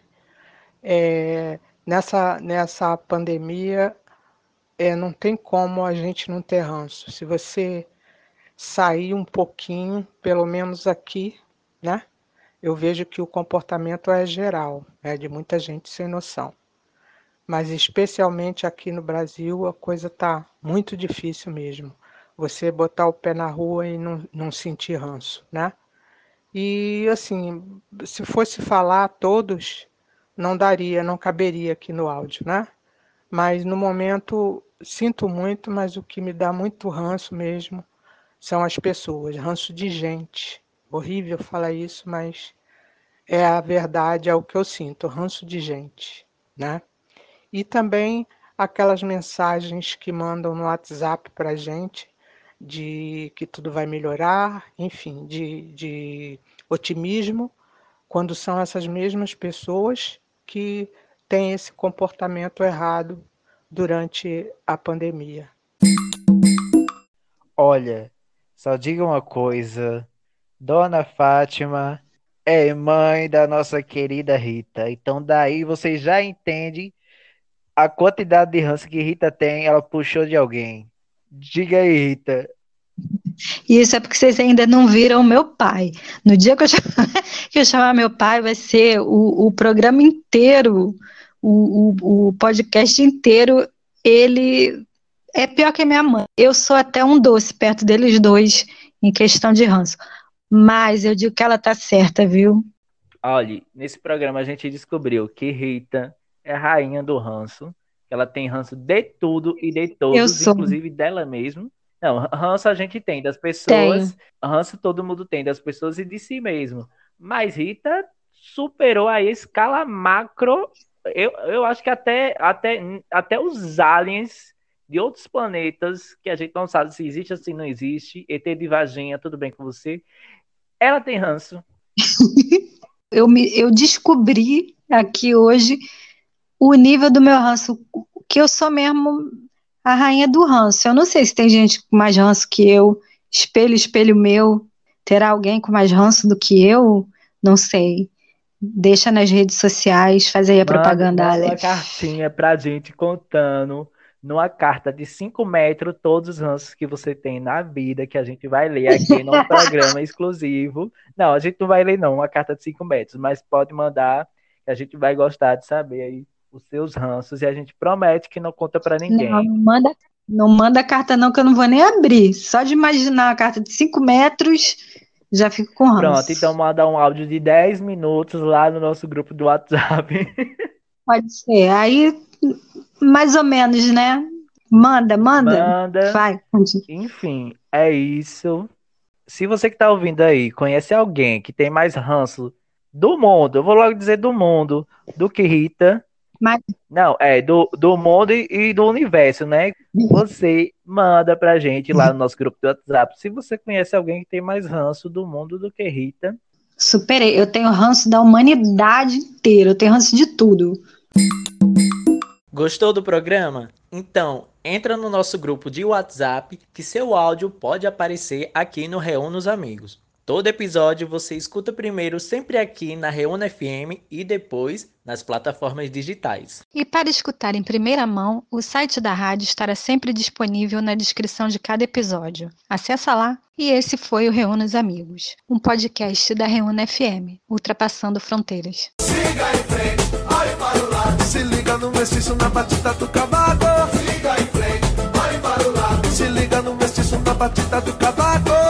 Speaker 9: Nessa pandemia, não tem como a gente não ter ranço. Se você sair um pouquinho, pelo menos aqui, né? Eu vejo que o comportamento é geral, é de muita gente sem noção. Mas especialmente aqui no Brasil, a coisa está muito difícil mesmo. Você botar o pé na rua e não sentir ranço, né? E assim, se fosse falar a todos, não daria, não caberia aqui no áudio, né? Mas no momento, sinto muito, mas o que me dá muito ranço mesmo são as pessoas, ranço de gente. Horrível falar isso, mas é a verdade, é o que eu sinto, ranço de gente, né? E também aquelas mensagens que mandam no WhatsApp para a gente, de que tudo vai melhorar, enfim, de otimismo, quando são essas mesmas pessoas que têm esse comportamento errado durante a pandemia.
Speaker 2: Olha, só diga uma coisa. Dona Fátima é mãe da nossa querida Rita. Então daí você já entende a quantidade de ranço que Rita tem, ela puxou de alguém. Diga aí, Rita.
Speaker 3: E isso é porque vocês ainda não viram meu pai. No dia que eu chamar meu pai, vai ser o programa inteiro, o podcast inteiro, ele é pior que a minha mãe. Eu sou até um doce perto deles dois em questão de ranço. Mas eu digo que ela tá certa, viu?
Speaker 2: Olha, nesse programa a gente descobriu que Rita é a rainha do ranço. Ela tem ranço de tudo e de
Speaker 3: Eu
Speaker 2: todos,
Speaker 3: sou.
Speaker 2: inclusive dela mesma. Não, ranço a gente tem das
Speaker 3: Tenho.
Speaker 2: pessoas, ranço todo mundo tem das pessoas e de si mesmo. Mas Rita superou a escala macro. Eu acho que até os aliens de outros planetas, que a gente não sabe se existe ou se não existe, ET de Varginha, tudo bem com você? Ela tem ranço.
Speaker 3: Eu descobri aqui hoje o nível do meu ranço, que eu sou mesmo a rainha do ranço. Eu não sei se tem gente com mais ranço que eu, espelho, espelho meu, terá alguém com mais ranço do que eu? Não sei. Deixa nas redes sociais, faz aí a propaganda,
Speaker 2: Manda uma
Speaker 3: Alex.
Speaker 2: cartinha pra gente contando, numa carta de 5 metros, todos os ranços que você tem na vida, que a gente vai ler aqui num programa exclusivo. Não, a gente não vai ler não, uma carta de 5 metros, mas pode mandar, que a gente vai gostar de saber aí os seus ranços, e a gente promete que não conta pra ninguém.
Speaker 3: Não manda carta não, que eu não vou nem abrir. Só de imaginar uma carta de 5 metros, já fico com ranço.
Speaker 2: Pronto, então manda um áudio de 10 minutos lá no nosso grupo do WhatsApp.
Speaker 3: Pode ser. Aí, mais ou menos, né? Manda.
Speaker 2: Manda.
Speaker 3: Vai, continua.
Speaker 2: Enfim, é isso. Se você que tá ouvindo aí conhece alguém que tem mais ranço do mundo, eu vou logo dizer do mundo, do que Rita.
Speaker 3: Mas
Speaker 2: Não, do mundo e do universo, né? Você manda pra gente lá no nosso grupo do WhatsApp. Se você conhece alguém que tem mais ranço do mundo do que Rita.
Speaker 3: superei. Eu tenho ranço da humanidade inteira. Eu tenho ranço de tudo.
Speaker 10: Gostou do programa? Então, entra no nosso grupo de WhatsApp que seu áudio pode aparecer aqui no Reúna os Amigos. Todo episódio você escuta primeiro sempre aqui na Reúna FM e depois nas plataformas digitais.
Speaker 3: E para escutar em primeira mão, o site da rádio estará sempre disponível na descrição de cada episódio. Acesse lá. E esse foi o Reúna os Amigos, um podcast da Reúna FM, ultrapassando fronteiras.
Speaker 1: Siga em frente, olhe para o lado. Se liga no mestiço na batida do cavaco. Siga em frente, olhe para o lado. Se liga no mestiço na batida do cavaco.